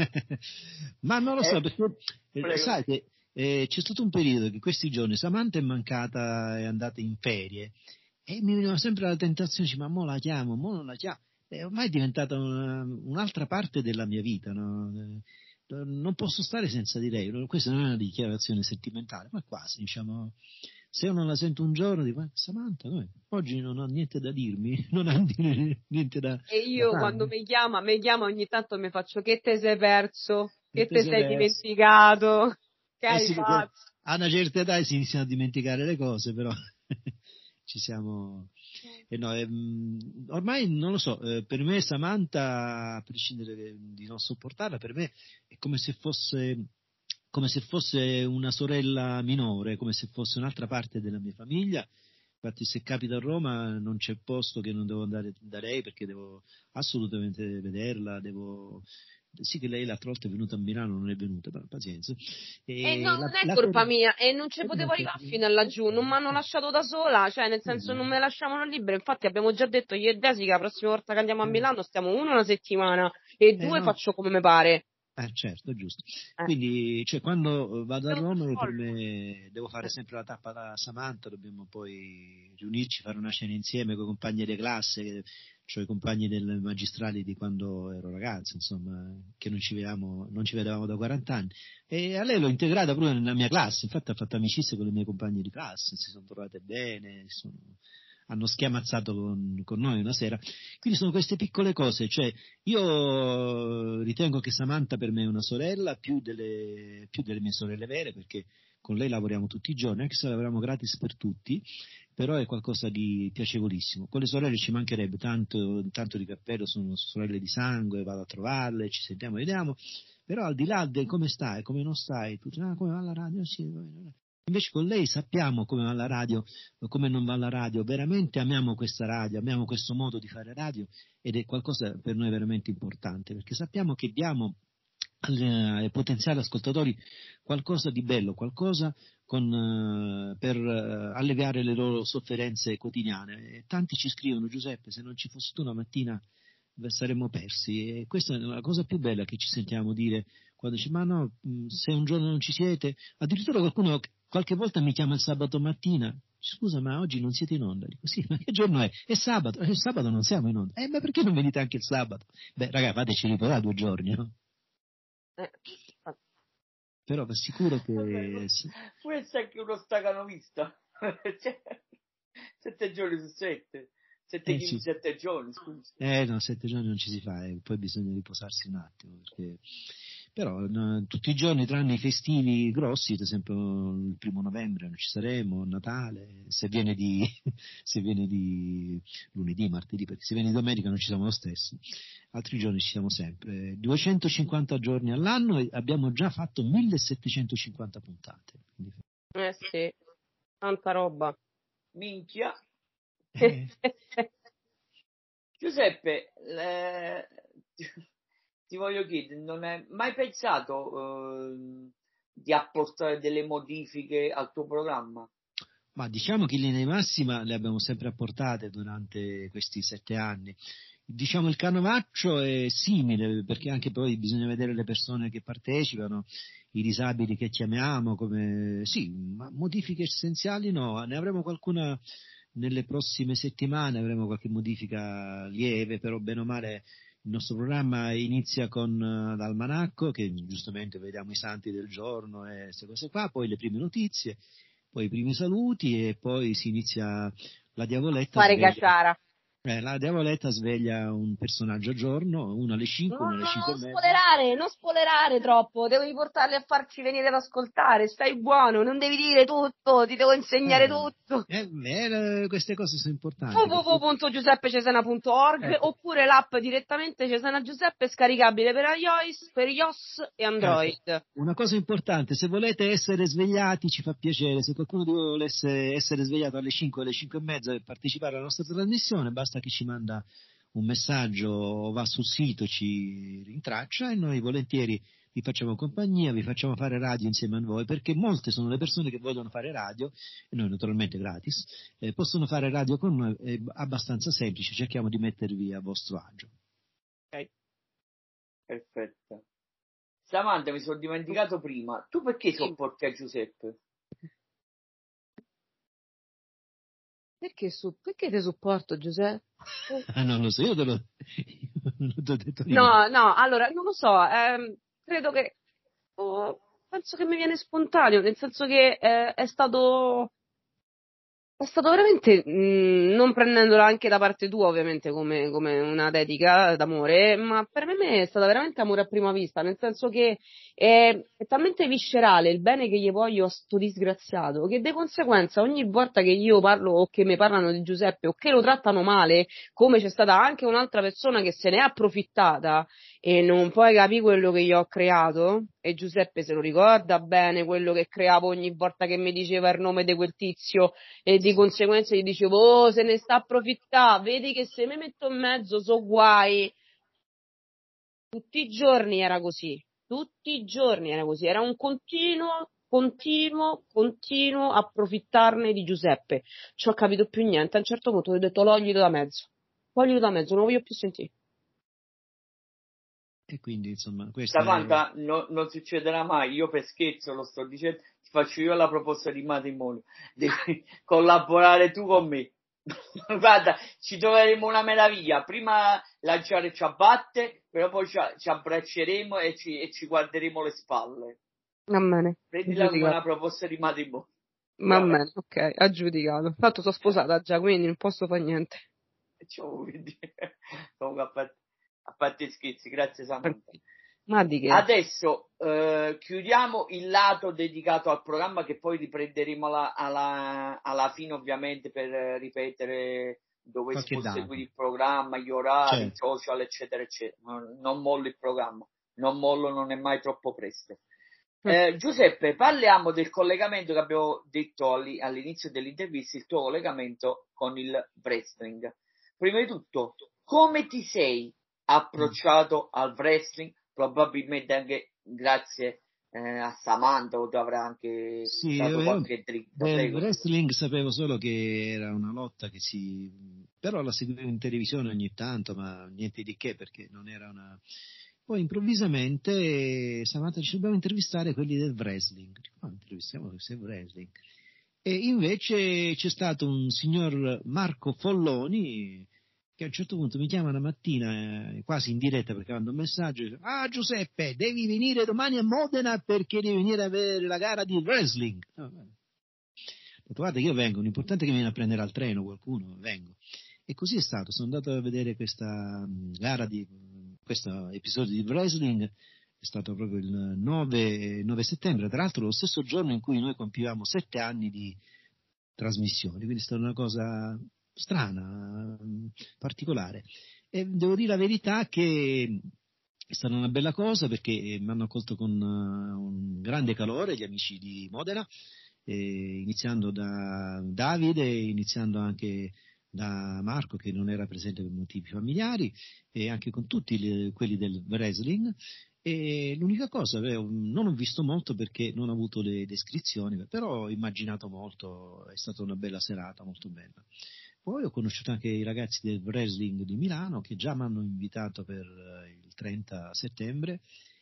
Ma non lo so, eh, perché eh, sai che eh, c'è stato un periodo che questi giorni Samantha è mancata, è andata in ferie e mi veniva sempre la tentazione, ma mo la chiamo, mo non la chiamo. È ormai diventata una, un'altra parte della mia vita, no? Non posso stare senza di lei. Questa non è una dichiarazione sentimentale, ma quasi, diciamo, se io non la sento un giorno dico, Samantha, no, oggi non ho niente da dirmi, non ha niente da e io da quando mi chiama, mi chiama ogni tanto mi faccio che te sei perso, che, che te, te sei perso. dimenticato, che eh hai sì, fatto. A una certa età si iniziano a dimenticare le cose, però ci siamo... Eh no, ehm, ormai non lo so, eh, per me Samantha, a prescindere di non sopportarla, per me è come se fosse come se fosse una sorella minore, come se fosse un'altra parte della mia famiglia. Infatti se capita a Roma non c'è posto che non devo andare da lei perché devo assolutamente vederla, devo... Sì che lei l'altra volta è venuta a Milano, non è venuta, ma pazienza. E eh no, la, non è la colpa per... mia, e non ci potevo arrivare fino a laggiù, non mi hanno lasciato da sola, cioè nel senso non me lasciavano libera, infatti abbiamo già detto io e Desi che la prossima volta che andiamo a Milano stiamo uno una settimana e due eh no. faccio come mi pare. Eh certo, giusto. Eh. Quindi cioè, quando vado a Roma per me devo fare sempre la tappa da Samantha, dobbiamo poi riunirci, fare una cena insieme con i compagni di classe, cioè i compagni del magistrale di quando ero ragazzo, insomma, che non ci vedevamo, non ci vedevamo da quaranta anni. E a lei l'ho integrata proprio nella mia classe, infatti ha fatto amicizia con le mie compagne di classe, si sono trovate bene, sono... hanno schiamazzato con, con noi una sera. Quindi sono queste piccole cose, cioè io ritengo che Samantha per me è una sorella più delle, più delle mie sorelle vere, perché con lei lavoriamo tutti i giorni, anche se lavoriamo gratis per tutti, però è qualcosa di piacevolissimo. Con le sorelle ci mancherebbe tanto, tanto di cappello, sono sorelle di sangue, vado a trovarle, ci sentiamo, vediamo, però al di là del come stai, come non stai, tu, ah, come va la radio, sì, invece con lei sappiamo come va la radio, come non va la radio, veramente amiamo questa radio, amiamo questo modo di fare radio ed è qualcosa per noi veramente importante, perché sappiamo che diamo ai potenziali ascoltatori qualcosa di bello, qualcosa con, per alleviare le loro sofferenze quotidiane. E tanti ci scrivono: Giuseppe, se non ci fossi tu una mattina saremmo persi, e questa è la cosa più bella che ci sentiamo dire quando dice ma no, se un giorno non ci siete, addirittura qualcuno qualche volta mi chiama il sabato mattina, scusa ma oggi non siete in onda, dico sì, ma che giorno è? È sabato, è sabato non siamo in onda, eh ma perché non venite anche il sabato? Beh raga, fateci riposare due giorni, no? Eh. Però vi assicuro che questo è anche uno staganovista. Sette giorni su sette, sette, eh, sì. sette giorni, scusa. Eh no, sette giorni non ci si fa, e poi bisogna riposarsi un attimo, perché però no, tutti i giorni tranne i festivi grossi, ad esempio il primo novembre non ci saremo, Natale, se viene di se viene di lunedì, martedì, perché se viene di domenica non ci siamo lo stesso, altri giorni ci siamo sempre, duecentocinquanta giorni all'anno e abbiamo già fatto millesettecentocinquanta puntate. Quindi... Eh sì, tanta roba. Minchia. Eh. Giuseppe, eh, ti voglio chiedere, non hai mai pensato eh, di apportare delle modifiche al tuo programma? Ma diciamo che in linea di massima le abbiamo sempre apportate durante questi sette anni. Diciamo il canovaccio è simile, perché anche poi bisogna vedere le persone che partecipano, i disabili che chiamiamo, come sì, ma modifiche essenziali no, ne avremo qualcuna nelle prossime settimane, avremo qualche modifica lieve, però bene o male il nostro programma inizia con uh, l'almanacco, che giustamente vediamo i santi del giorno e queste cose qua, poi le prime notizie, poi i primi saluti e poi si inizia la diavoletta. Fare sveglia, cacciara. eh, la diavoletta sveglia un personaggio al giorno, uno alle cinque, No, uno alle no, cinque e non mezza. spoilerare, non spoilerare troppo, devi portarli a farci venire ad ascoltare, stai buono, non devi dire tutto, ti devo insegnare Eh, tutto. eh, eh, queste cose sono importanti. w w w punto giuseppe cesena punto org Ecco. oppure l'app direttamente Cesena Giuseppe, scaricabile per iOS, per iOS e Android. Ecco. Una cosa importante, se volete essere svegliati ci fa piacere, se qualcuno di voi volesse essere svegliato alle cinque, alle cinque e mezza e partecipare alla nostra trasmissione, basta che ci manda un messaggio o va sul sito, ci rintraccia e noi volentieri vi facciamo compagnia, vi facciamo fare radio insieme a voi, perché molte sono le persone che vogliono fare radio, e noi naturalmente gratis, eh, possono fare radio con noi, è abbastanza semplice, cerchiamo di mettervi a vostro agio. Ok, perfetto. Samantha, mi sono dimenticato prima, tu perché sopporti a Giuseppe? Perché, su, perché ti sopporto, Giuseppe? Ah, non lo so, io te l'ho, non t'ho detto io. No, no, allora, non lo so, ehm, credo che, oh, penso che mi viene spontaneo, nel senso che eh, è stato, è stato veramente, mh, non prendendola anche da parte tua, ovviamente, come, come una dedica d'amore, ma per me è stata veramente amore a prima vista, nel senso che è, è talmente viscerale il bene che gli voglio a sto disgraziato, che di conseguenza ogni volta che io parlo o che mi parlano di Giuseppe o che lo trattano male, come c'è stata anche un'altra persona che se ne è approfittata e non puoi capire quello che io ho creato, e Giuseppe se lo ricorda bene, quello che creavo ogni volta che mi diceva il nome di quel tizio, e di conseguenza gli dicevo, oh, se ne sta approfittando, vedi che se mi metto in mezzo so guai. Tutti i giorni era così, tutti i giorni era così, era un continuo, continuo, continuo approfittarne di Giuseppe. Ci ho capito più niente, a un certo punto ho detto, toglilo da mezzo, toglilo da mezzo, non lo voglio più sentire. E quindi, insomma, questa Samantha, è... no, non succederà mai, io per scherzo lo sto dicendo, ti faccio io la proposta di matrimonio, devi collaborare tu con me. Guarda, ci troveremo una meraviglia, prima lanciare ciabatte, però poi ci, ci abbracceremo e ci, e ci guarderemo le spalle. Va bene. Prendila come una proposta di matrimonio. Va bene, ok, aggiudicato. Tanto sono sposata già, quindi non posso fare niente. Comunque, a parte, a parte scherzi, grazie Samantha. Ma di che? Adesso eh, chiudiamo il lato dedicato al programma, che poi riprenderemo alla, alla, alla fine, ovviamente, per ripetere dove Qualche si può dato. seguire il programma, gli orari, Certo. i social, eccetera, eccetera. Non, non mollo il programma, non mollo, non è mai troppo presto. Eh, Giuseppe, parliamo del collegamento che abbiamo detto all'inizio dell'intervista, il tuo collegamento con il wrestling. Prima di tutto, come ti sei approcciato al wrestling? Probabilmente anche grazie eh, a Samantha, o ti avrà anche sì, dato io qualche dritta. del Prego. wrestling sapevo solo che era una lotta che si... però la seguivo in televisione ogni tanto, ma niente di che, perché non era una... Poi improvvisamente Samantha dice: dobbiamo intervistare quelli del wrestling. Dico, ma intervistiamo quelli del wrestling. E invece c'è stato un signor Marco Folloni che a un certo punto mi chiama una mattina, eh, quasi in diretta, perché manda un messaggio, dice: ah Giuseppe, devi venire domani a Modena perché devi venire a vedere la gara di wrestling. No, ho detto: guarda, io vengo, l'importante è che mi viene a prendere al treno qualcuno, vengo. E così è stato, sono andato a vedere questa um, gara di questo episodio di wrestling. È stato proprio il nove, nove settembre, tra l'altro lo stesso giorno in cui noi compivamo sette anni di trasmissioni, quindi è stata una cosa strana, particolare. E devo dire la verità che è stata una bella cosa, perché mi hanno accolto con un grande calore gli amici di Modena, eh, iniziando da Davide, iniziando anche da Marco, che non era presente per motivi familiari, e anche con tutti le, quelli del wrestling. E l'unica cosa, beh, non ho visto molto perché non ho avuto le descrizioni, però ho immaginato molto, è stata una bella serata, molto bella. Poi ho conosciuto anche i ragazzi del wrestling di Milano, che già mi hanno invitato per il trenta settembre,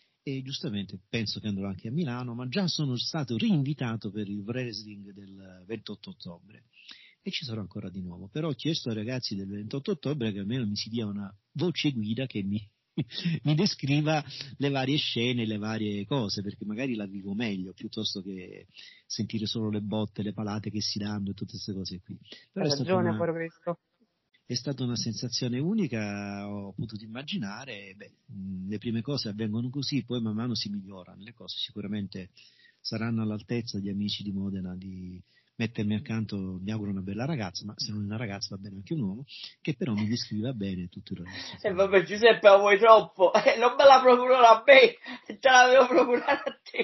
e giustamente penso che andrò anche a Milano, ma già sono stato rinvitato per il wrestling del ventotto ottobre. e ci sarò ancora di nuovo. Però ho chiesto ai ragazzi del ventotto ottobre che almeno mi si dia una voce guida che mi, mi descriva le varie scene, le varie cose, perché magari la vivo meglio piuttosto che sentire solo le botte, le palate che si danno e tutte queste cose qui. Però Hai è stata ragione, una, pure questo. è stata una sensazione unica, ho potuto immaginare, beh, le prime cose avvengono così, poi man mano si migliorano, le cose sicuramente saranno all'altezza di amici di Modena, di mettermi accanto, mi auguro una bella ragazza, ma se non è una ragazza va bene anche un uomo, che però mi descriva bene tutto il resto. E eh, vabbè, Giuseppe, la vuoi troppo? Eh, non me la procurano a me, te la devo procurare a te.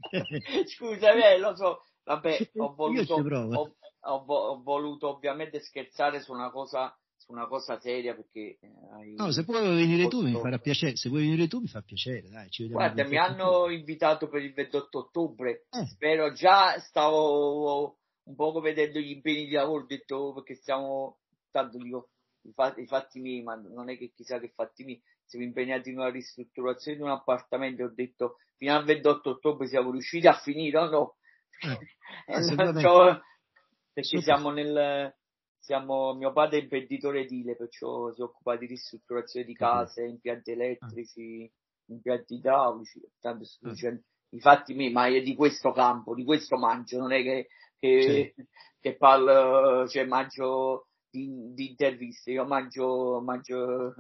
Scusa, eh, lo so, vabbè, ho voluto, ho, ho, ho voluto ovviamente scherzare su una cosa, su una cosa seria, perché hai no, se puoi venire posto... tu mi farà piacere, se vuoi venire tu mi fa piacere, dai, ci vediamo. Guarda, mi hanno ottobre. invitato per il ventotto ottobre, eh. spero, già stavo un poco vedendo gli impegni di lavoro, ho detto, perché stiamo, tanto dico, i fatti, i fatti miei, ma non è che chissà che fatti miei, siamo impegnati in una ristrutturazione di un appartamento, ho detto, fino al ventotto ottobre siamo riusciti a finire o no? Eh. Ah, non so, perché Super. siamo nel, siamo, mio padre è imprenditore edile, perciò si occupa di ristrutturazione di case, impianti elettrici, ah. impianti idraulici, tanto sto dicendo, ah. infatti me, ma io di questo campo, di questo mangio, non è che, che, sì. che parlo, cioè mangio di, di interviste, io mangio, mangio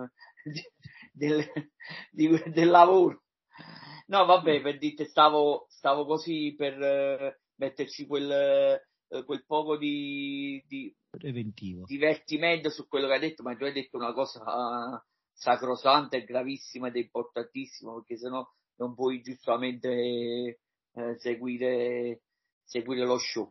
del, di, del lavoro. No, vabbè, per dirti, stavo, stavo così per uh, metterci quel, uh, quel poco di, di preventivo divertimento su quello che hai detto, ma tu hai detto una cosa uh, sacrosanta e gravissima ed importantissima, perché sennò non puoi giustamente uh, seguire, seguire lo show.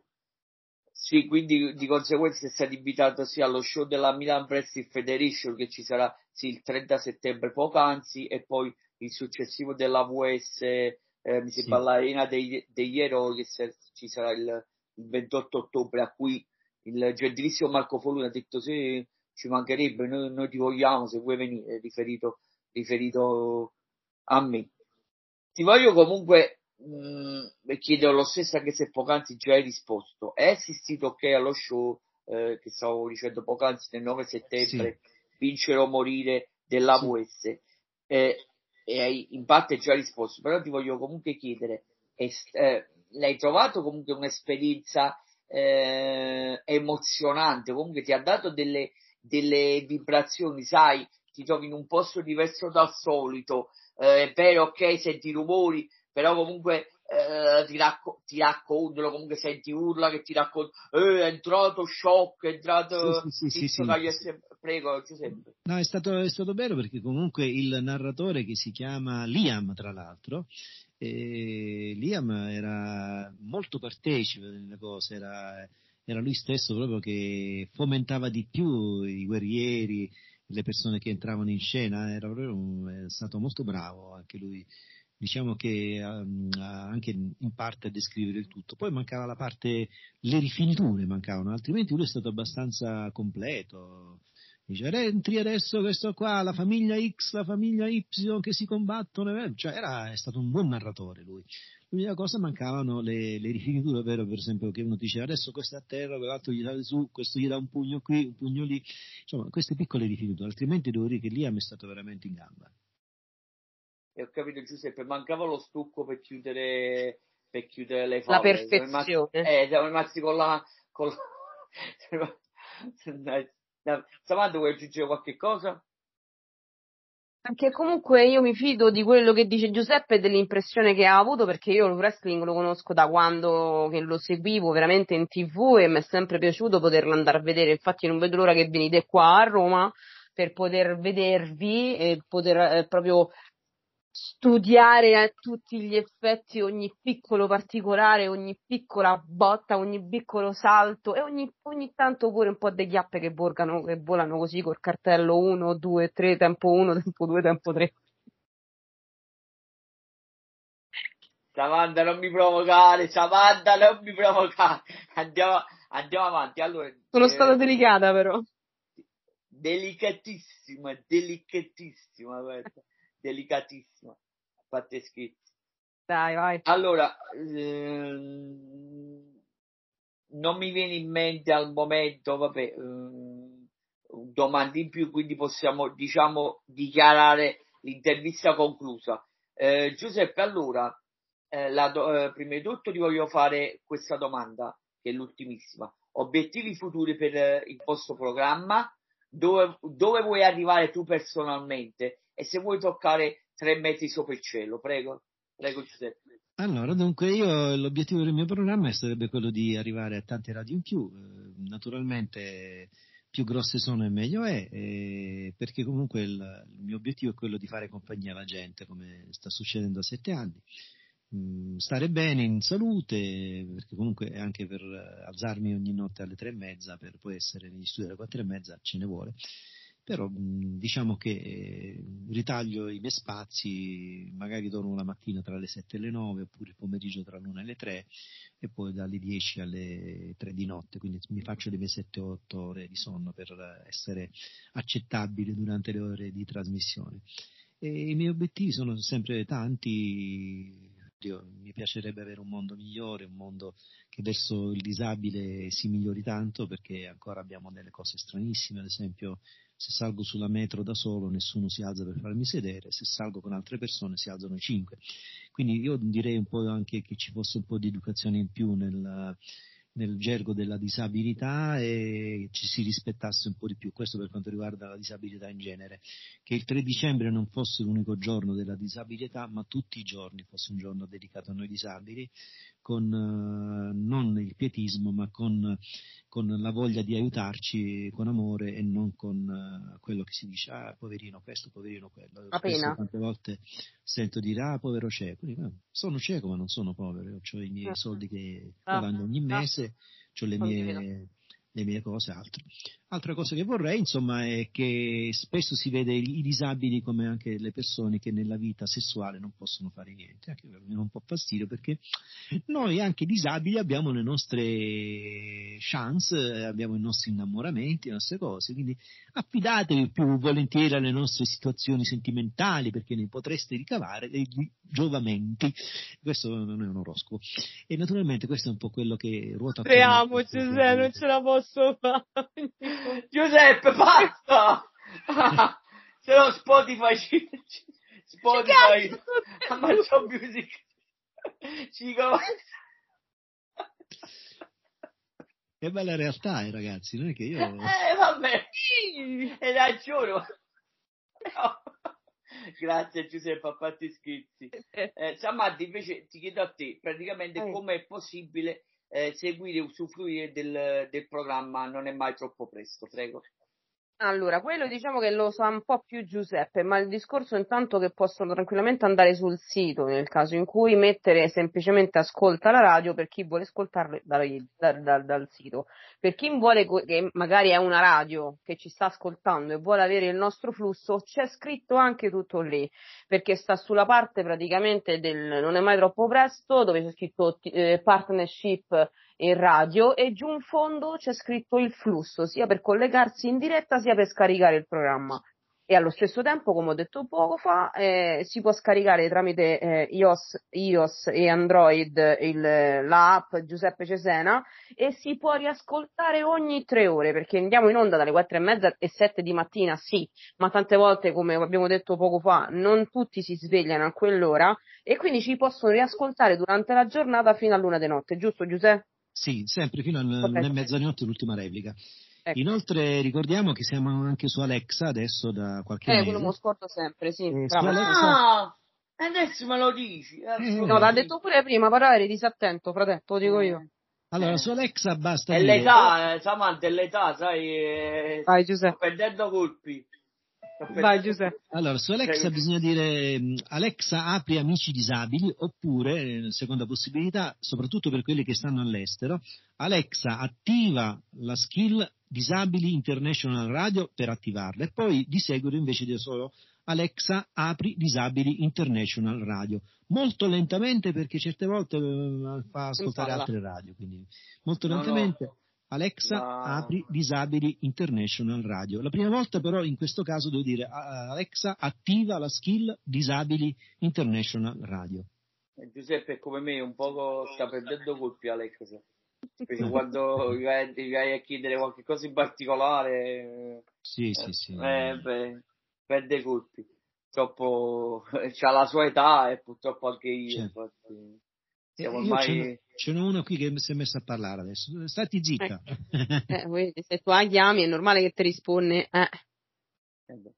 Sì, quindi di conseguenza è stato invitato sia allo show della Milan Wrestling Federation, che ci sarà sì, il trenta settembre poc'anzi, e poi il successivo della W S, eh, mi sembra sì. l'Arena degli, degli Eroi, che se, ci sarà il, il ventotto ottobre, a cui il gentilissimo Marco Foluni ha detto se ci mancherebbe, noi, noi ti vogliamo, se vuoi venire, riferito, riferito a me. Ti voglio comunque mh, chiedo lo stesso, anche se poc'anzi già hai risposto. È assistito ok allo show eh, che stavo dicendo poc'anzi del nove settembre, sì. Vincere o morire della sì. W S, eh, e hai in parte già risposto, però ti voglio comunque chiedere, est- eh, l'hai trovato comunque un'esperienza eh, emozionante, comunque ti ha dato delle, delle vibrazioni, sai, ti trovi in un posto diverso dal solito, eh, è vero, ok, senti rumori, però comunque eh, ti, racco- ti raccontano, comunque senti urla che ti raccontano, eh, è entrato Shock, è entrato sì, sì, sì, sì, sì. Prego, Giuseppe. No, è stato, è stato bello, perché comunque il narratore, che si chiama Liam, tra l'altro, eh, Liam era molto partecipe delle cose, era, era lui stesso proprio che fomentava di più i guerrieri, le persone che entravano in scena, era proprio un, è stato molto bravo anche lui. Diciamo che um, anche in parte a descrivere il tutto. Poi mancava la parte, le rifiniture mancavano, altrimenti lui è stato abbastanza completo. Dice, entri adesso questo qua, la famiglia X, la famiglia Y che si combattono, cioè era, è stato un buon narratore lui. L'unica cosa, mancavano le, le rifiniture, ovvero per esempio che uno dice adesso questo è a terra, quell'altro gli dà su, questo gli dà un pugno qui, un pugno lì, insomma queste piccole rifiniture, altrimenti devo dire che Liam è stato veramente in gamba. E ho capito, Giuseppe, mancava lo stucco per chiudere, per chiudere le falle. La perfezione. Eh, siamo rimasti con la... Con la... Samantha, vuoi aggiungere qualche cosa? Anche comunque io mi fido di quello che dice Giuseppe e dell'impressione che ha avuto, perché io il wrestling lo conosco da quando che lo seguivo veramente in tv e mi è sempre piaciuto poterlo andare a vedere. Infatti non vedo l'ora che venite qua a Roma per poter vedervi e poter eh, proprio studiare a tutti gli effetti ogni piccolo particolare, ogni piccola botta, ogni piccolo salto, e ogni, ogni tanto pure un po' degli chiappe che volano, che volano così col cartello uno, due, tre, tempo uno, tempo due, tempo tre. Samantha, non mi provocare, Samantha, non mi provocare. Andiamo, andiamo avanti. Allora, sono eh, stata delicata però. Delicatissima, delicatissima, guarda. Delicatissima. A parte scherzi. Dai, vai. Allora, ehm, non mi viene in mente al momento, vabbè, um, domande in più, quindi possiamo, diciamo, dichiarare l'intervista conclusa. Eh, Giuseppe, allora, eh, la do, eh, prima di tutto ti voglio fare questa domanda, che è l'ultimissima. Obiettivi futuri per eh, il vostro programma, dove, dove vuoi arrivare tu personalmente e se vuoi toccare tre metri sopra il cielo, prego, prego Giuseppe. Allora, dunque, io l'obiettivo del mio programma sarebbe quello di arrivare a tante radio in più, eh, naturalmente più grosse sono e meglio è, eh, perché comunque il, il mio obiettivo è quello di fare compagnia alla gente, come sta succedendo a sette anni, mm, stare bene in salute, perché comunque anche per alzarmi ogni notte alle tre e mezza, per poi essere negli studi alle quattro e mezza ce ne vuole. Però diciamo che eh, ritaglio i miei spazi, magari dormo la mattina tra le sette e le nove, oppure il pomeriggio tra l'una e le tre, e poi dalle dieci alle tre di notte, quindi mi faccio le mie sette otto ore di sonno per essere accettabile durante le ore di trasmissione. E i miei obiettivi sono sempre tanti. Dio, mi piacerebbe avere un mondo migliore, un mondo che verso il disabile si migliori tanto, perché ancora abbiamo delle cose stranissime, ad esempio se salgo sulla metro da solo nessuno si alza per farmi sedere, se salgo con altre persone si alzano cinque. Quindi io direi un po' anche che ci fosse un po' di educazione in più nel, nel gergo della disabilità e ci si rispettasse un po' di più, questo per quanto riguarda la disabilità in genere, che il tre dicembre non fosse l'unico giorno della disabilità, ma tutti i giorni fosse un giorno dedicato a noi disabili, con uh, non il pietismo, ma con, con la voglia di aiutarci con amore e non con uh, quello che si dice, ah poverino questo, poverino quello. Spesso tante volte sento dire, ah povero cieco, dico, ah, sono cieco ma non sono povero, ho i miei soldi che guadagno ogni mese, ho le mie, le mie cose, altro. Altra cosa che vorrei, insomma, è che spesso si vede i disabili come anche le persone che nella vita sessuale non possono fare niente, anche per me non un po' fastidio, perché noi anche disabili abbiamo le nostre chance, abbiamo i nostri innamoramenti, le nostre cose, quindi affidatevi più volentieri alle nostre situazioni sentimentali, perché ne potreste ricavare degli giovamenti. Questo non è un oroscopo. E naturalmente questo è un po' quello che ruota attorno. Speriamo, Giuseppe, non ce la posso fare. Giuseppe, basta! Se no Spotify ci, Spotify Amazon Music ci è bella realtà, eh, ragazzi, non è che io eh vabbè hai ragione. No. Grazie Giuseppe, a parte scherzi. eh, Samantha, invece ti chiedo a te praticamente eh. come è possibile Eh, seguire e usufruire del, del programma Non è mai troppo presto, prego. Allora, quello diciamo che lo sa un po' più Giuseppe, ma il discorso intanto che possono tranquillamente andare sul sito nel caso in cui mettere semplicemente ascolta la radio per chi vuole ascoltarlo dal, dal, dal, dal sito. Per chi vuole, che magari è una radio che ci sta ascoltando e vuole avere il nostro flusso, c'è scritto anche tutto lì, perché sta sulla parte praticamente del Non è mai troppo presto, dove c'è scritto eh, partnership in radio, e giù in fondo c'è scritto il flusso, sia per collegarsi in diretta sia per scaricare il programma. E allo stesso tempo, come ho detto poco fa, eh, si può scaricare tramite eh, iOS, iOS e Android il, la app Giuseppe Cesena, e si può riascoltare ogni tre ore, perché andiamo in onda dalle quattro e mezza e sette di mattina, sì, ma tante volte, come abbiamo detto poco fa, non tutti si svegliano a quell'ora, e quindi ci possono riascoltare durante la giornata fino all'una di notte, giusto Giuseppe? Sì, sempre fino alle okay. mezzanotte l'ultima replica. Ecco. Inoltre ricordiamo che siamo anche su Alexa adesso da qualche eh, mese. Eh, quello me lo scordo sempre, sì. Eh, bravo. Ah, adesso me lo dici. Eh, no, l'ha detto pure prima, però eri disattento, fratello, lo dico io. Allora, eh. su Alexa basta è dire... l'età, eh, Samantha, è l'età, sai, eh, Vai, Giuseppe. sto perdendo colpi. Vai Giuseppe. Allora, su Alexa bisogna dire Alexa apri amici disabili, oppure, seconda possibilità, soprattutto per quelli che stanno all'estero, Alexa attiva la skill Disabili International Radio per attivarla, e poi di seguito invece dire solo Alexa apri Disabili International Radio, molto lentamente perché certe volte uh, fa ascoltare altre radio, quindi molto no, lentamente. No. Alexa, no. apri Disabili International Radio. La prima volta però in questo caso devo dire Alexa, attiva la skill Disabili International Radio. Giuseppe, come me, un poco sta perdendo colpi Alexa. Invece quando gli vai, gli vai a chiedere qualche cosa in particolare, sì, eh, sì, sì. Eh, beh, perde i colpi. Purtroppo c'ha la sua età e purtroppo anche io. Certo. Infatti, Eh, siamo io ce n'ho, ormai... ce n'ho uno qui che si è messo a parlare adesso. Stati zitta. Ecco. Eh, se tu la chiami è normale che ti risponde. Eh. Eh beh.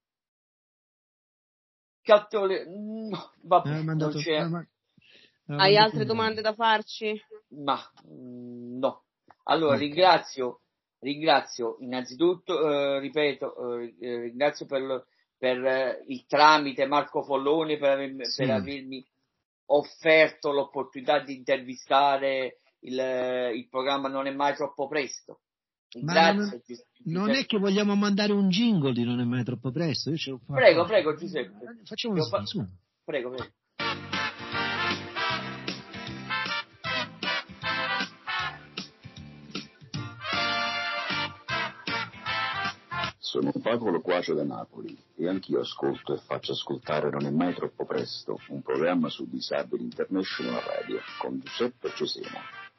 Cattole... No, vabbè, Ha non mandato, c'è... ha, ha Hai mandato altre domande da farci? Ma mm, no. Allora, okay. ringrazio, ringrazio innanzitutto, eh, ripeto, eh, ringrazio per, lo, per eh, il tramite Marco Folloni per, avermi, Sì. per avermi offerto l'opportunità di intervistare il, il programma Non è mai troppo presto. Ma Grazie. non, non è che vogliamo mandare un jingle di Non è mai troppo presto. Io ce l'ho qua. Prego, prego, Giuseppe. Facciamo così, fa... su. Prego, prego. Sono Paco Loquace da Napoli e anch'io ascolto e faccio ascoltare Non è mai troppo presto, un programma su Disabili International Radio con Giuseppe Cesena.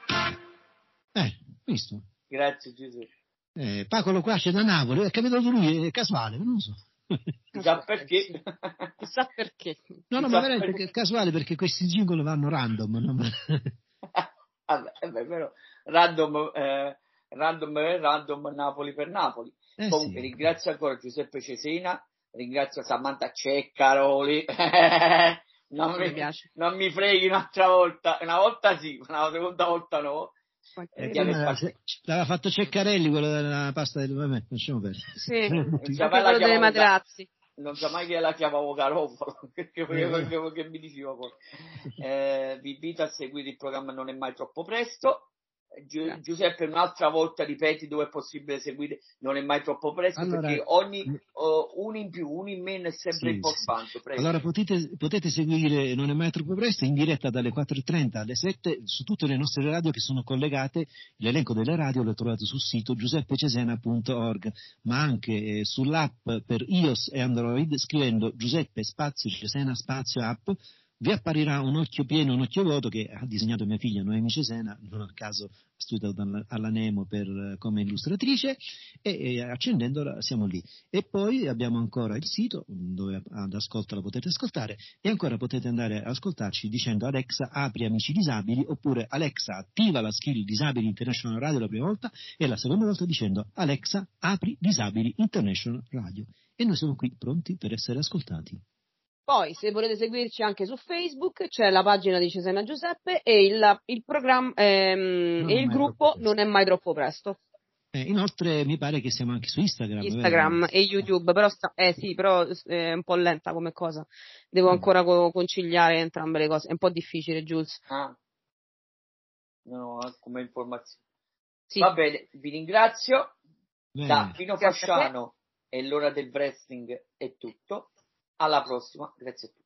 Eh, visto? Grazie Giuseppe. Eh, Paco Loquace da Napoli, è capitato lui, è casuale, non lo so. Chissà perché. Chissà perché. No, no, Chissà ma veramente perché è casuale perché questi jingle vanno random. Non... Vabbè, vabbè, però random, eh, random, eh, random Napoli per Napoli. Eh, Comunque sì. ringrazio ancora Giuseppe Cesena, ringrazio Samantha Ceccaroli. non, mi, mi non mi freghi un'altra volta, una volta sì, una seconda volta no. Eh, Di aver l'aveva, fatto... l'aveva fatto Ceccarelli quello della pasta del vabbè, lasciamo perdere. Sì, anche quello delle matrazzi. Non so mai che la chiamavo Garofalo, perché Eh, che mi diceva poi. Eh, vi invito a seguire il programma Non è mai troppo presto. Gi- Giuseppe, un'altra volta ripeti dove è possibile seguire Non è mai troppo presto, allora, perché ogni oh, uno in più, uno in meno è sempre sì, importante. sì. Allora potete, potete seguire Non è mai troppo presto in diretta dalle quattro e trenta alle sette su tutte le nostre radio che sono collegate. L'elenco delle radio lo trovate sul sito giuseppe cesena punto org, ma anche eh, sull'app per iOS e Android scrivendo Giuseppe spazio Cesena spazio app. Vi apparirà un occhio pieno, un occhio vuoto che ha disegnato mia figlia Noemi Cesena, non a caso ha studiato alla Nemo per, come illustratrice, e, e accendendola siamo lì. E poi abbiamo ancora il sito dove ad ascolto la potete ascoltare, e ancora potete andare ad ascoltarci dicendo Alexa apri Amici Disabili, oppure Alexa attiva la skill Disabili International Radio la prima volta, e la seconda volta dicendo Alexa apri Disabili International Radio. E noi siamo qui pronti per essere ascoltati. Poi, se volete seguirci anche su Facebook, c'è la pagina di Cesena Giuseppe e il, il programma ehm, e il gruppo Non è mai troppo presto. Eh, inoltre mi pare che siamo anche su Instagram. Instagram vero? e YouTube, però sta, eh sì, però è un po' lenta come cosa. Devo ancora co- conciliare entrambe le cose. È un po' difficile, Jules. Ah, no, come informazione. Sì. Va bene, vi ringrazio. Bene. Da Pino Fasciano e l'ora del wrestling è tutto. Alla prossima, grazie a tutti.